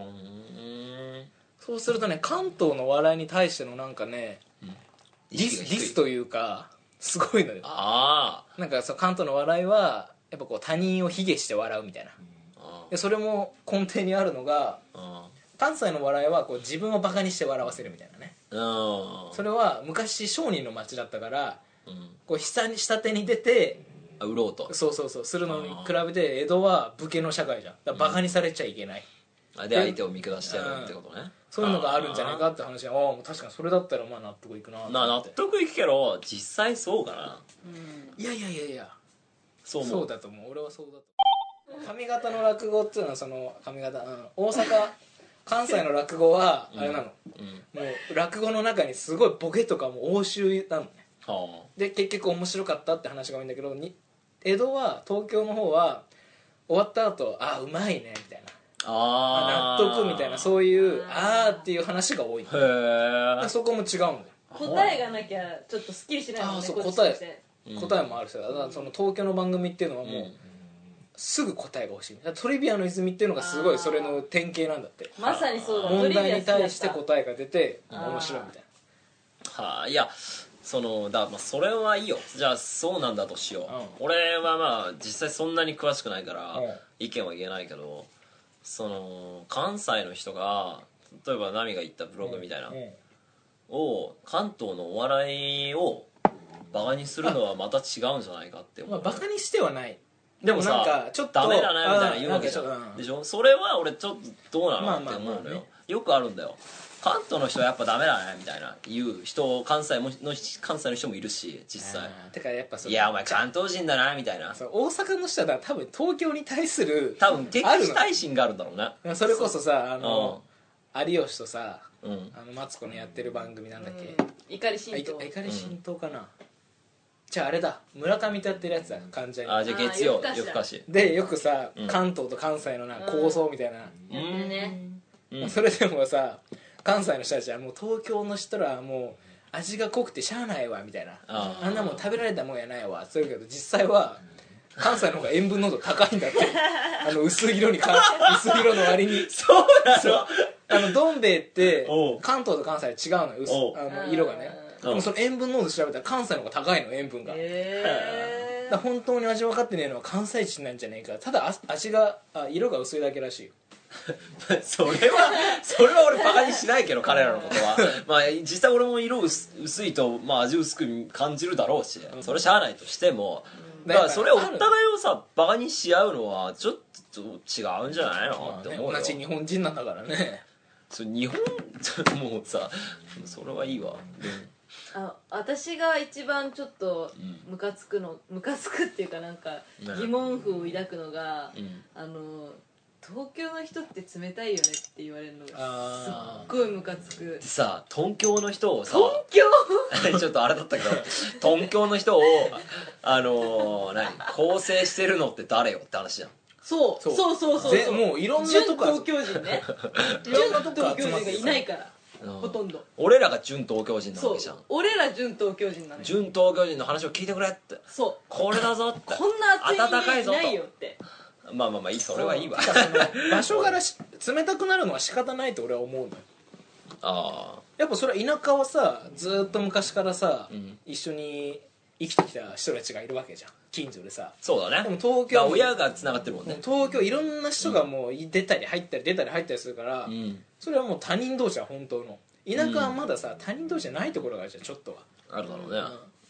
そうするとね関東の笑いに対してのなんかね、ディスというかすごいのよ。なんかそう関東の笑いはやっぱこう他人を卑下して笑うみたいな。でそれも根底にあるのが関西の笑いはこう自分をバカにして笑わせるみたいなね。それは昔商人の町だったから、こう下手に出て売ろうとそうするのに比べて江戸は武家の社会じゃん。だからバカにされちゃいけない、 で相手を見下してやるってことね。 そういうのがあるんじゃないかって話は確かにそれだったらまあ納得いくなって。 納得いくけど実際そうかな。 いやそうだと思う。俺はそうだと思う。上方の落語っていうのはその上方、大阪関西の落語はあれなの、もう落語の中にすごいボケとかも応酬なのね。で結局面白かったって話が多いんだけど江戸は東京の方は終わった後うまいねみたいな納得みたいなそういうっていう話が多い。そこも違うんだよ。 答えがなきゃちょっとスッキリしないもんね。 そう答えもあるし、だからその東京の番組っていうのはもうすぐ答えが欲しい。トリビアの泉っていうのがすごいそれの典型なんだって。 まさにそうだ。 問題に対して答えが出て面白いみたいな。いやそれはいいよ。じゃあそうなんだとしよう。俺はまあ実際そんなに詳しくないから意見は言えないけど、その関西の人が例えばナミが言ったブログみたいなを関東のお笑いをバカにするのはまた違うんじゃないかって思う。 バカにしてはない。 でもさなんかちょっとダメだなみたいな言うわけじゃん。でしょ。それは俺ちょっとどうなのって思うのよ。よくあるんだよ。関東の人はやっぱダメだねみたいな言う人関西の人もいるし実際。 てかやっぱいやお前関東人だなみたいな。 大阪の人は多分東京に対する多分敵視対心があるんだろうね。 それこそさ有吉とさマツコのやってる番組なんだっけ、 怒り神道。 怒り神道かな。じゃああれだ村上とやってるやつだ関ジャニ。 じゃあ月曜夜更かしでよくさ関東と関西の構想みたいなそれでもさ関西の人たちはもう東京の人らはもう味が濃くてしゃあないわみたいな、あんなもん食べられたもんやないわそういうけど実際は関西の方が塩分濃度高いんだって薄い色の割にそうなのどん兵衛って関東と関西で違うのよ色がね。でもその塩分濃度調べたら関西の方が高いの塩分が。だ本当に味分かってねえのは関西人なんじゃねえか。ただ色が薄いだけらしいよ。 それは俺バカにしないけど彼らのことはまあ実際俺も色薄いと味薄く感じるだろうし、それしゃあないとしても、だからそれお互いをさバカにし合うのはちょっと違うんじゃないのって思うよ。 同じ日本人なんだからね。 日本もうさそれはいいわ。 私が一番ちょっとムカつくっていうかなんか疑問符を抱くのが、東京の人って冷たいよねって言われるのがすっごいムカつく。 さ東京の人をさ東京ちょっとあれだったけど東京の人を構成してるのって誰よって話じゃん。 そうもういろんなとこ純東京人ね純東京人がいないからほとんど俺らが純東京人なわけじゃん。 俺ら純東京人なのよ。 純東京人の話を聞いてくれって。これだぞってこんな熱い暖かいぞと。 いないよって。 まあいいそれはいいわ。 場所柄冷たくなるのは仕方ないと俺は思うのよ。やっぱそれは田舎はさずっと昔からさ、一緒に生きてきた人たちがいるわけじゃん近所でさ。 そうだね。 でも東京親がつながってるもんね。 東京いろんな人がもう出たり入ったり出たり入ったりするから、それはもう他人同士は本当の。田舎はまださ他人同士じゃないところがあるじゃんちょっとは。 あるだろうね。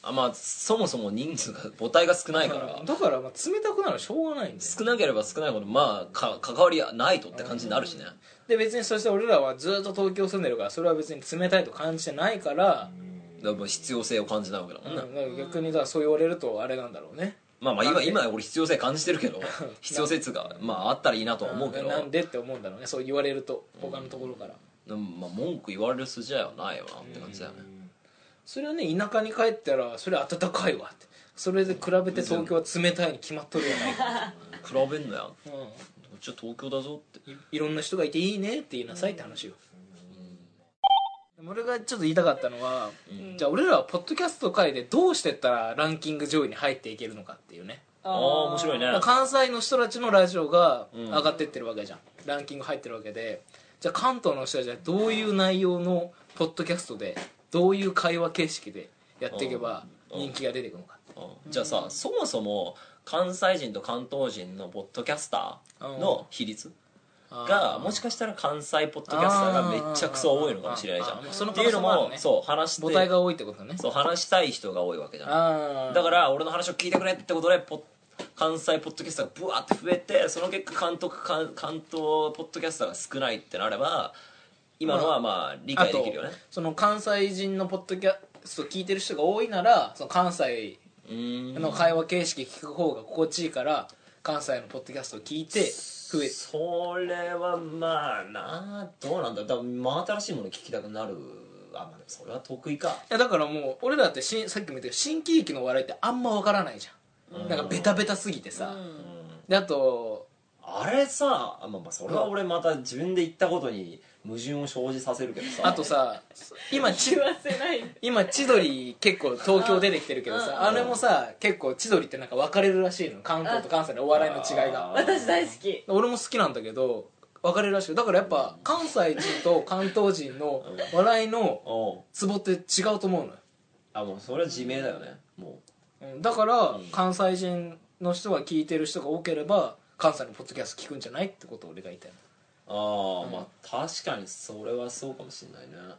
まあそもそも人数が母体が少ないからだからまあ冷たくなるのはしょうがないんだよ、 少なければ少ないほどまあ関わりないとって感じになるしね、 で別にそして俺らはずっと東京住んでるからそれは別に冷たいと感じてないから、 だから必要性を感じないわけだもんね、 だから逆にだからそう言われるとあれなんだろうね。 まあ今俺必要性感じてるけど必要性っつうかまああったらいいなとは思うけど、 なんでって思うんだろうね、そう言われると他のところから、 まあ文句言われる筋合いはないよなって感じだよね、 それはね田舎に帰ったらそれは暖かいわって、それで比べて東京は冷たいに決まっとるやないか、 比べんのやん、こっちは東京だぞって、 いろんな人がいていいねって言いなさいって話よ、俺がちょっと言いたかったのは、じゃあ俺らはポッドキャスト界でどうしてったらランキング上位に入っていけるのかっていうね。 面白いね。 関西の人たちのラジオが上がってってるわけじゃん、ランキング入ってるわけで、じゃあ関東の人たちはどういう内容のポッドキャストでどういう会話形式でやっていけば人気が出ていくのかって。 じゃあさ、そもそも関西人と関東人のポッドキャスターの比率がもしかしたら関西ポッドキャスターがめっちゃくそ多いのかもしれないじゃん。っていうのもそう話して母体が多いってことね。 そう話したい人が多いわけじゃん。だから俺の話を聞いてくれってことで関西ポッドキャスターがブワーって増えて、その結果関東ポッドキャスターが少ないってなれば今のはまあ理解できるよね。 その関西人のポッドキャスト聞いてる人が多いなら、その関西の会話形式聞く方が心地いいから関西のポッドキャストを聞いて増えて、 それはまあな、どうなんだ、多分真新しいもの聞きたくなる。まあでもそれは得意か。 いやだからもう俺らってさっきも言ったけど新喜劇の笑いってあんま分からないじゃん、なんかベタベタすぎてさ、であとあれさ、まあそれは俺また自分で言ったことに矛盾を生じさせるけどさ、 あとさ今言わせない今千鳥結構東京出てきてるけどさ、あれもさ結構千鳥ってなんか分かれるらしいの、関東と関西のお笑いの違いが。 私大好き。 俺も好きなんだけど分かれるらしい。だからやっぱ関西人と関東人の笑いのツボって違うと思うのよ。 もうそれは自明だよね。もうだから関西人の人が聞いてる人が多ければ関西のポッドキャスト聞くんじゃないってことを俺が言いたいの。 まあ確かにそれはそうかもしれないね。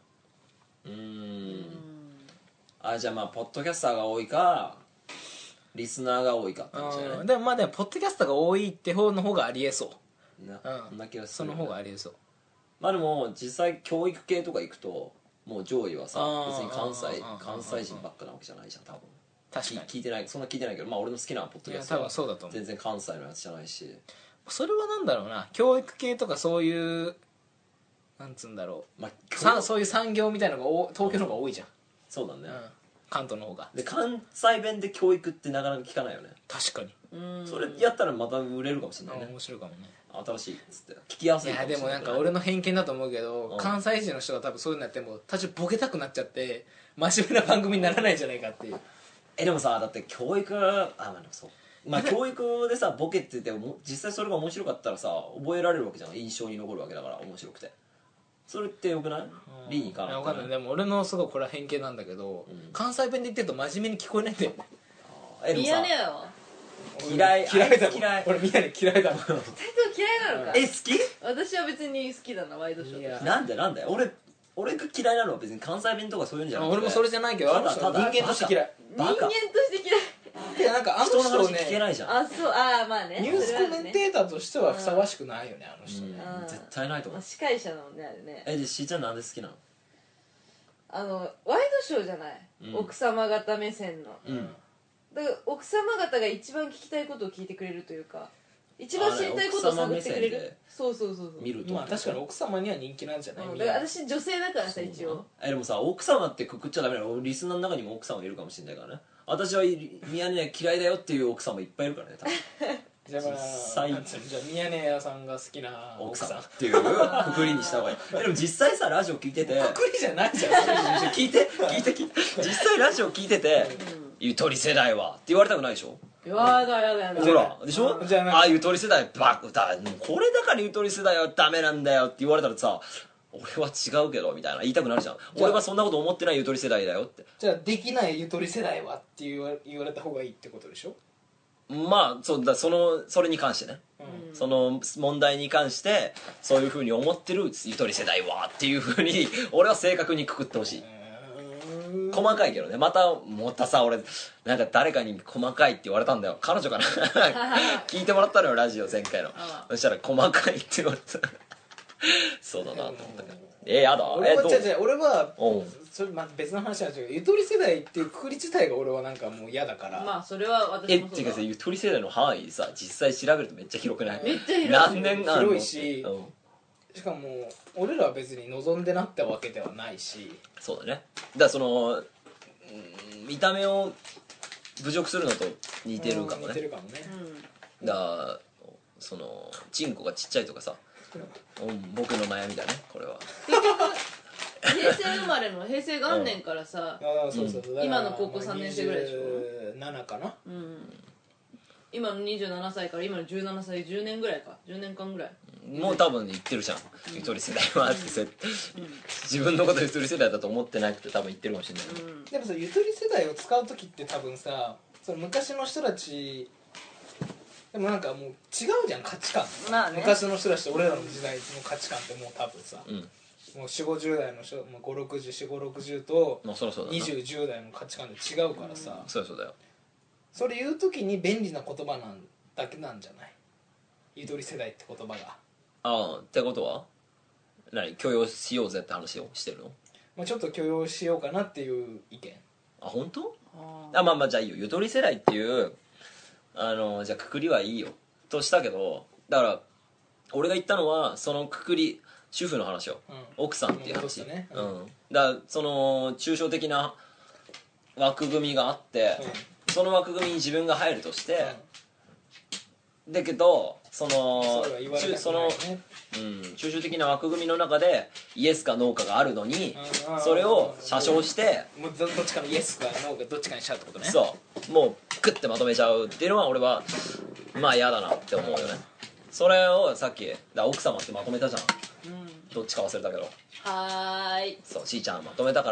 じゃあまあポッドキャスターが多いかリスナーが多いかって感じだよね。 でもまあでもポッドキャスターが多いって方の方がありえそう。 そんな気がする、 その方がありえそう。 まあでも実際教育系とか行くともう上位はさ別に関西人ばっかなわけじゃないじゃん多分。 確かに聞いてない、そんな聞いてないけど、まあ俺の好きなポッドキャスト多分そうだと思う。 全然関西のやつじゃないし、 それはなんだろうな、教育系とかそういうなんつうんだろう、 まあ、そういう産業みたいなのが東京の方が多いじゃん、 そうだね、 関東の方が。 で関西弁で教育ってなかなか聞かないよね。 確かにそれやったらまた売れるかもしれないね。 面白いかもね。 新しいっつって聞きやすいいかもしれない。 やでもなんか俺の偏見だと思うけど、関西人の人が多分そういうのやっても多少ボケたくなっちゃって真面目な番組にならないんじゃないかっていう。 でもさ、だって教育まあでもそうまあ教育でさボケって言っても実際それが面白かったらさ覚えられるわけじゃん、印象に残るわけだから面白くて。それってよくない？理にかなって分かんない。でも俺のすごいこれは偏見なんだけど、関西弁で言ってると真面目に聞こえないんだよね。 ミヤネ屋は嫌いだもん。俺ミヤネ嫌いだもん。 2人とも嫌いなのか。 好き？ 私は別に好きだな、ワイドショー。 なんで俺が嫌いなのは別に関西弁とかそういうんじゃなくて、 俺もそれじゃないけど、あの人人間として嫌い。 人間として嫌い。 いやなんかあの人人の話ね、 聞けないじゃん。 まあね、 ニュースコメンテーターとしてはふさわしくないよね、あの人ね。 絶対ないと思う。 司会者なのね、あれね。 でしーちゃんなんで好きなの？ ワイドショーじゃない、奥様方目線の。だから奥様方が一番聞きたいことを聞いてくれるというか、一番知りたいことを探ってくれる。そう見ると、 まあ確かに奥様には人気なんじゃない？ だから私女性だからさ一応。 でもさ、奥様ってくくっちゃダメだよ。リスナーの中にも奥様いるかもしれないからね。私はミヤネ屋嫌いだよっていう奥様いっぱいいるからね多分。 じゃあミヤネ屋さんが好きな奥様っていうくくりにした方がいい。でも実際さラジオ聞いてて、 くくりじゃないじゃん。 聞いて実際ラジオ聞いてて、ゆとり世代はって言われたくないでしょ。 やだほらでしょ。ゆとり世代バカだ、これだからゆとり世代はダメなんだよって言われたらさ、俺は違うけどみたいな言いたくなるじゃん。俺はそんなこと思ってないゆとり世代だよって。 じゃあできないゆとり世代はって言われた方がいいってことでしょ。 まあそうだ、それに関してね、その問題に関してそういうふうに思ってるゆとり世代はっていうふうに俺は正確にくくってほしい。 細かいけどね。またさ、俺なんか誰かに細かいって言われたんだよ、彼女かな聞いてもらったのよ、ラジオ前回の。そしたら細かいって言われたそうだなと思ったけど、やだ。 俺はどう俺はうんそれ別の話なんですけど、ゆとり世代っていうくくり自体が俺はなんかもう嫌だから。 まあそれは私もそうだ。 っていうかさ、ゆとり世代の範囲さ、実際調べるとめっちゃ広くない？ めっちゃ広い。 何年あんの？ 広いし、しかも俺らは別に望んでなったわけではないし。 そうだね。だからその見た目を侮辱するのと似てるかもね。 似てるかもね。 だからそのチンコがちっちゃいとかさ、僕の悩みだねこれは。 平成生まれの平成元年からさ、 そう今の高校3年生ぐらいでしょ。 7かな。 今の27歳から今の17歳、10年ぐらいか、10年間ぐらいもう多分言ってるじゃん、ゆとり世代はって、自分のことゆとり世代だと思ってなくて多分言ってるかもしれない、 でもさ、ゆとり世代を使う時って多分さ、その昔の人たちでもなんかもう違うじゃん、価値観、 まあね、 昔の人たちと俺らの時代の価値観ってもう多分さ、もう4、50代の人、もう5、60、4、5、60と20、10代の価値観で違うからさ、 そうだよ。 それ言う時に便利な言葉なんだけなんじゃない、ゆとり世代って言葉が。 ってことは何、許容しようぜって話をしてるの？ まあ、ちょっと許容しようかなっていう意見。 本当？まあじゃあいいよ、ゆとり世代っていうじゃあくくりはいいよとしたけど、だから俺が言ったのはそのくくり、主婦の話よ、奥さんっていう話、だからその抽象的な枠組みがあって、その枠組みに自分が入るとして、だけどその抽象的な枠組みの中でイエスかノーかがあるのに、それを詐称してもうどっちかのイエスかノーかどっちかにしちゃうってことね。 そうもうグッてまとめちゃうっていうのは俺はまあ嫌だなって思うよね。それをさっき奥様ってまとめたじゃん、どっちか忘れたけど、そうしーちゃんまとめたから、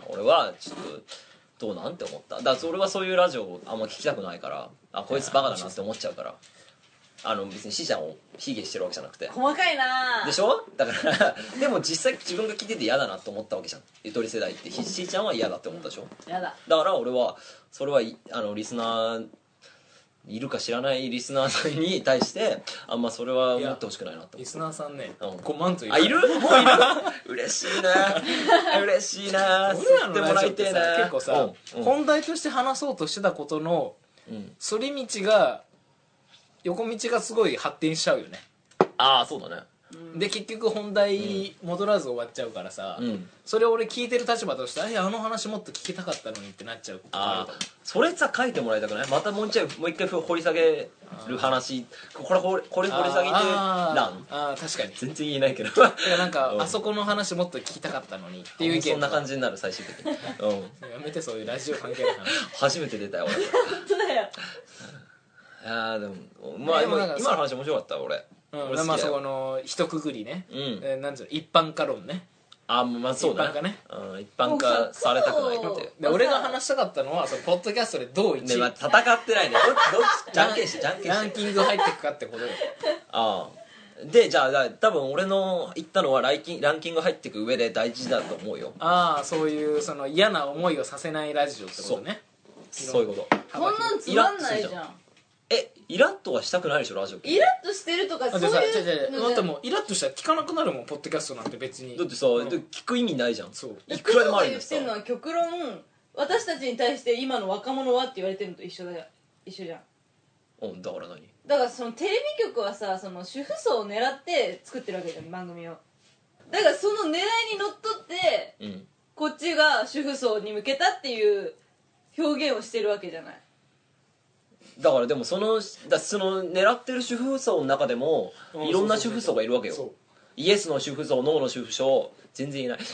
俺はちょっとどうなんて思った。だから俺はそういうラジオをあんま聞きたくないから、こいつバカだなって思っちゃうから、別にしーちゃんを卑下してるわけじゃなくて、 細かいなでしょ。だからでも実際自分が聞いてて嫌だなと思ったわけじゃん、ゆとり世代って。しーちゃんは嫌だって思ったでしょ。 嫌だ。 だから俺はそれはリスナーいるか知らないリスナーさんに対してあんまそれは思ってほしくないなって。 リスナーさんね、5万といういる？もういる？嬉しいな嬉しいな、知ってもらいてえな。 結構さ、本題として話そうとしてたことの反り道が、横道がすごい発展しちゃうよね。 そうだね。 で結局本題戻らず終わっちゃうからさ、それを俺聞いてる立場としてあの話もっと聞きたかったのにってなっちゃうことがあると思う。 それさ書いてもらいたくない？またもう一回掘り下げる話、これ掘り下げて欄確かに全然言えないけどなんか、あそこの話もっと聞きたかったのにっていう意見。 そんな感じになる最終的にやめてそういうラジオ関係ない話初めて出たよ俺。 本当だよ。 でもまあ今の話面白かった俺。 まあそこの一括りね、なんつうの、一般化論ね。 まあそうだね。一般化されたくないって。 俺が話したかったのはそのポッドキャストでどう戦ってないね。じゃんけんしてランキング入っていくかってことよ。 でじゃあ多分俺の言ったのはランキング入っていく上で大事だと思うよ。 そういうその嫌な思いをさせないラジオってことね。 そういうこと。 こんなんつまんないじゃん。 イラッとはしたくないでしょラジオ。 イラッとしてるとかそういうのだってもうイラッとしたら聞かなくなるもん、ポッドキャストなんて別に。 だってさ、聞く意味ないじゃん。 そういくらでもあるん言ですってるのは極論私たちに対して今の若者はって言われてるのと一緒じゃん。 だから何？ だからそのテレビ局はさ、その主婦層を狙って作ってるわけじゃん番組を。だからその狙いにのっとって、こっちが主婦層に向けたっていう表現をしてるわけじゃない。 だからでもその狙ってる主婦層の中でもいろんな主婦層がいるわけよ。イエスの主婦層、ノーの主婦層、全然言えない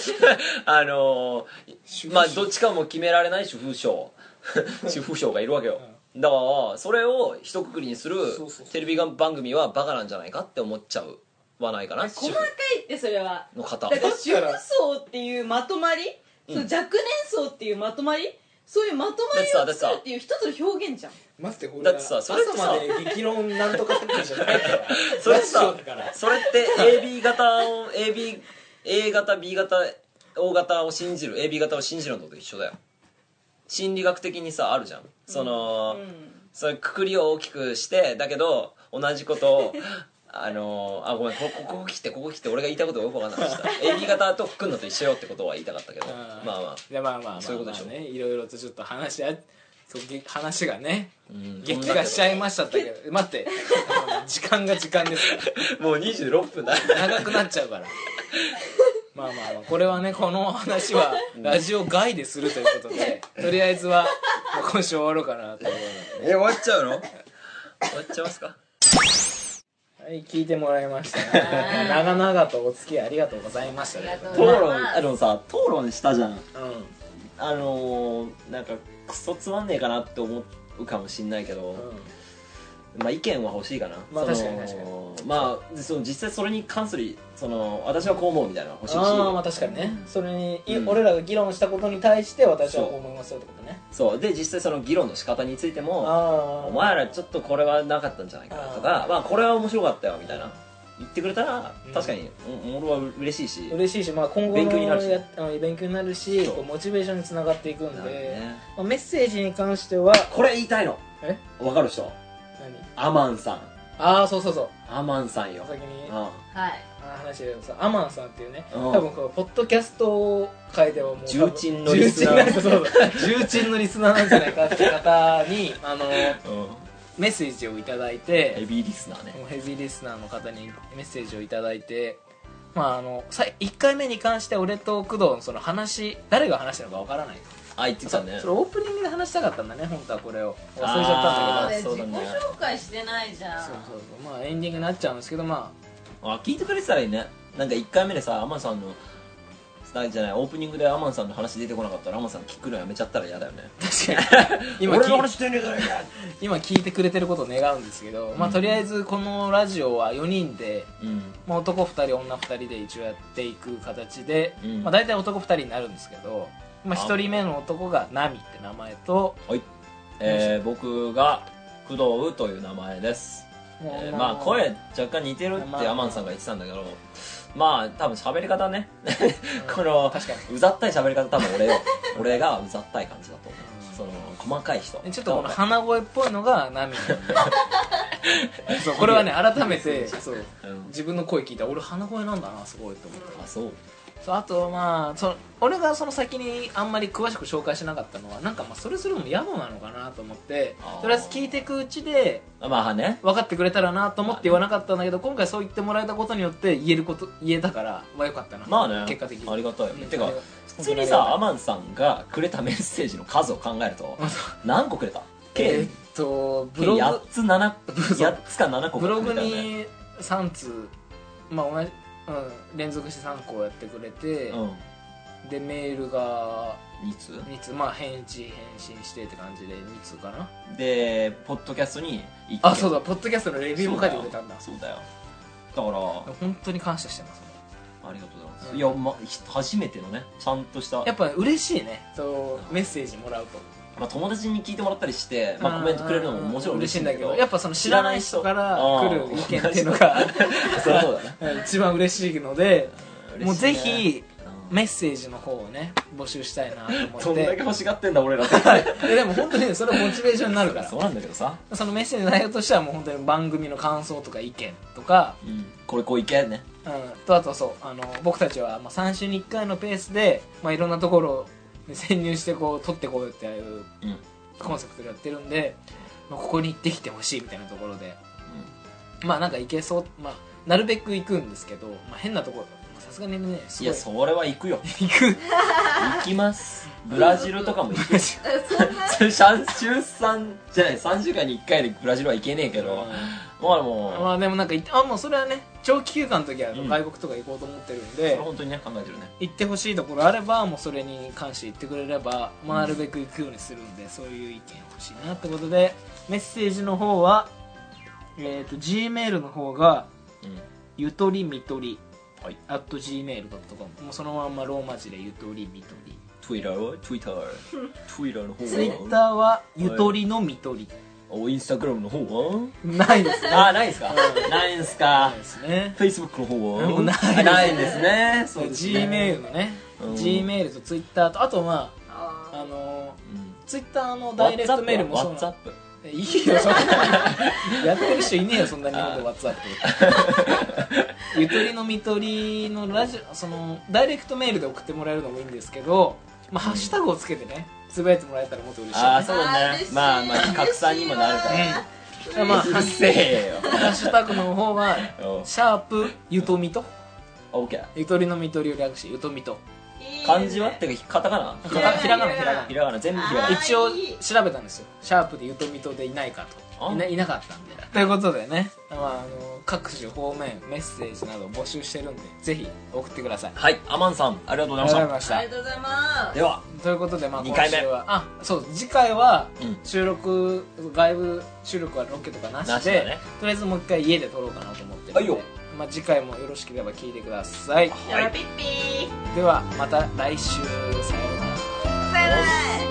まあどっちかも決められない主婦層がいるわけよ。だからそれを一括りにするテレビ番組はバカなんじゃないかって思っちゃうはないかな。 細かいってそれはの方だから主婦層っていうまとまり、その若年層っていうまとまり、そういうまとまりを作るっていう一つの表現じゃん。 待ってだってさ、それってさ朝まで激論なんとかとかじゃないからそれって AB 型を A 型 B 型 O 型を信じる AB 型を信じるのと一緒だよ。心理学的にさあるじゃん、その、そういうくくりを大きくしてだけど同じことをごめん、ここ切って俺が言いたいことがよく分かんなかったAB 型とくくんのと一緒よってことは言いたかったけど、まあそういうことでしょ。 ね、いろいろとちょっと話がね、激化しちゃいましたけど、待って時間ですからもう26分だ長くなっちゃうからまあこれはね、この話はラジオ外でするということで、とりあえずは今週終わろうかなと思うので。 終わっちゃうの？終わっちゃいますか？ はい、聞いてもらいましたね。長々とお付き合いありがとうございましたね。 討論したじゃん。なんかクソつまんねえかなって思うかもしんないけど、まあ意見は欲しいかな。 まあ確かにまあ実際それに関する私はこう思うみたいなのが欲しいし、 まあ確かにね、それに俺らが議論したことに対して私はこう思いますよってことね。 そうで、実際その議論の仕方についても、お前らちょっとこれはなかったんじゃないかなとか、まあこれは面白かったよみたいな言ってくれたら、確かに俺は嬉しいし、 まあ今後の勉強になるし勉強になるし、モチベーションにつながっていくんで、まあメッセージに関してはこれ言いたいの。分かる人？ 何？ アマンさん。 そうアマンさんよ。 先に話してるさ、アマンさんっていうね、多分このポッドキャスト界ではもう重鎮のリスナー重鎮のリスナーなんじゃないかって方にメッセージをいただいて、 ヘビーリスナーね、 ヘビーリスナーの方にメッセージをいただいて、まあ1回目に関して俺と工藤のその話、誰が話したのかわからない。 言ってたね。 それオープニングで話したかったんだね、本当はこれを忘れちゃったんだけど。 自己紹介してないじゃん。 そうまあエンディングになっちゃうんですけど、まあ聞いてくれてたらいいね。なんか1回目でさ、アマンさんのオープニングでアマンさんの話出てこなかったらアマンさん聞くのやめちゃったら嫌だよね。 確かに俺の話してんねえから今聞いてくれてることを願うんですけど、まあとりあえずこのラジオは4人で、まあ、男2人女2人で一応やっていく形で、まあ大体男2人になるんですけど、まあ、1人目の男がナミって名前と、 はい、僕が工藤という名前です。まあ声若干似てるってアマンさんが言ってたんだけど、まあ多分喋り方ねこのうざったい喋り方多分俺がうざったい感じだと思う。その細かい人ちょっとこの鼻声っぽいのがナミなんでそうこれはね改めて自分の声聞いたら俺鼻声なんだなすごいと思った。あとまあ俺がその先にあんまり詳しく紹介しなかったのは、なんかまあそれするのも野暮なのかなと思って、とりあえず聞いていくうちでまあね分かってくれたらなと思って言わなかったんだけど、今回そう言ってもらえたことによって言えたからまあよかったな。 まあね、 結果的にありがたい。てか普通にさ、アマンさんがくれたメッセージの数を考えると何個くれた？計ブログ 8つか7個ブログに3通、まあ同じ連続して3個やってくれて、でメールが2通、まあ返信してって感じで2通かな。でポッドキャストにそうだ、ポッドキャストのレビューも書いてくれたんだ。 そうだよ。だから本当に感謝してます。 ありがとうございます。いや初めてのね、ちゃんとしたやっぱ嬉しいね、メッセージもらうと。 まあ友達に聞いてもらったりして、コメントくれるのももちろん嬉しいんだけど、 やっぱその知らない人から来る意見っていうのがそうだね一番嬉しいので、もうぜひメッセージの方をね募集したいなと思って。 どんだけ欲しがってんだ俺らってでも本当にそれはモチベーションになるからそうなんだけどさ、 そのメッセージの内容としてはもう本当に番組の感想とか意見とか、 こういけね、 とあと僕たちは3週に1回のペースでいろんなところに潜入して撮ってこうよっていうコンセプトでやってるんで、ここに行ってきてほしいみたいなところで、まあなんか行けそう、なるべく行くんですけど、変なところさすがにね、 いやそれは行くよ行きます。ブラジルとかも行くし週3じゃない3週間に1回でブラジルは行けねえけど、 まあでもなんかもうそれはね長期休暇の時は外国とか行こうと思ってるんで、 それ本当にね考えてるね。 行ってほしいところあればもうそれに関して言ってくれれば、なるべく行くようにするんで、そういう意見欲しいなってことで、メッセージの方はGmail の方がゆとりみとり@gmail.com、 もうそのまんまローマ字でゆとりみとり。 Twitter の方は Twitter はゆとりのみとり。 インスタグラムの方はないですね。 ないですか。ないんすか。 ないですね。 Facebook の方はないないんですね。 そうですね。Gmail のね G メールと Twitter とあとまあTwitter のダイレクトメールもそうなんいいよそんなやってる人いねえよそんな日本で WhatsApp ゆとりのみとりのラジオそのダイレクトメールで送ってもらえるのもいいんですけど、まあ、ハッシュタグをつけてねつぶやいてもらえたらもっと嬉しい、ね、 ああそうだねまあまあ拡散にもなるからね、 まあ、 うるせえよハッシュタグの方はシャープゆとみとゆとりのみとりを略してゆとみと漢字はってかカタカナひらがなひらがな全部ひらがな一応調べたんですよシャープでゆとみとでいないかといなかったんでということでね、まあ、各種方面メッセージなど募集してるんでぜひ送ってください。 はい、アマンさんありがとうございました。 ありがとうございます。 ではということで、まあ、 2回目そう次回は収録、外部収録はロケとかなしで、ね、とりあえずもう一回家で撮ろうかなと思ってるので、まあ、次回もよろしければ聞いてください。 はい、ピッピーではまた来週さようなら。 さよなら。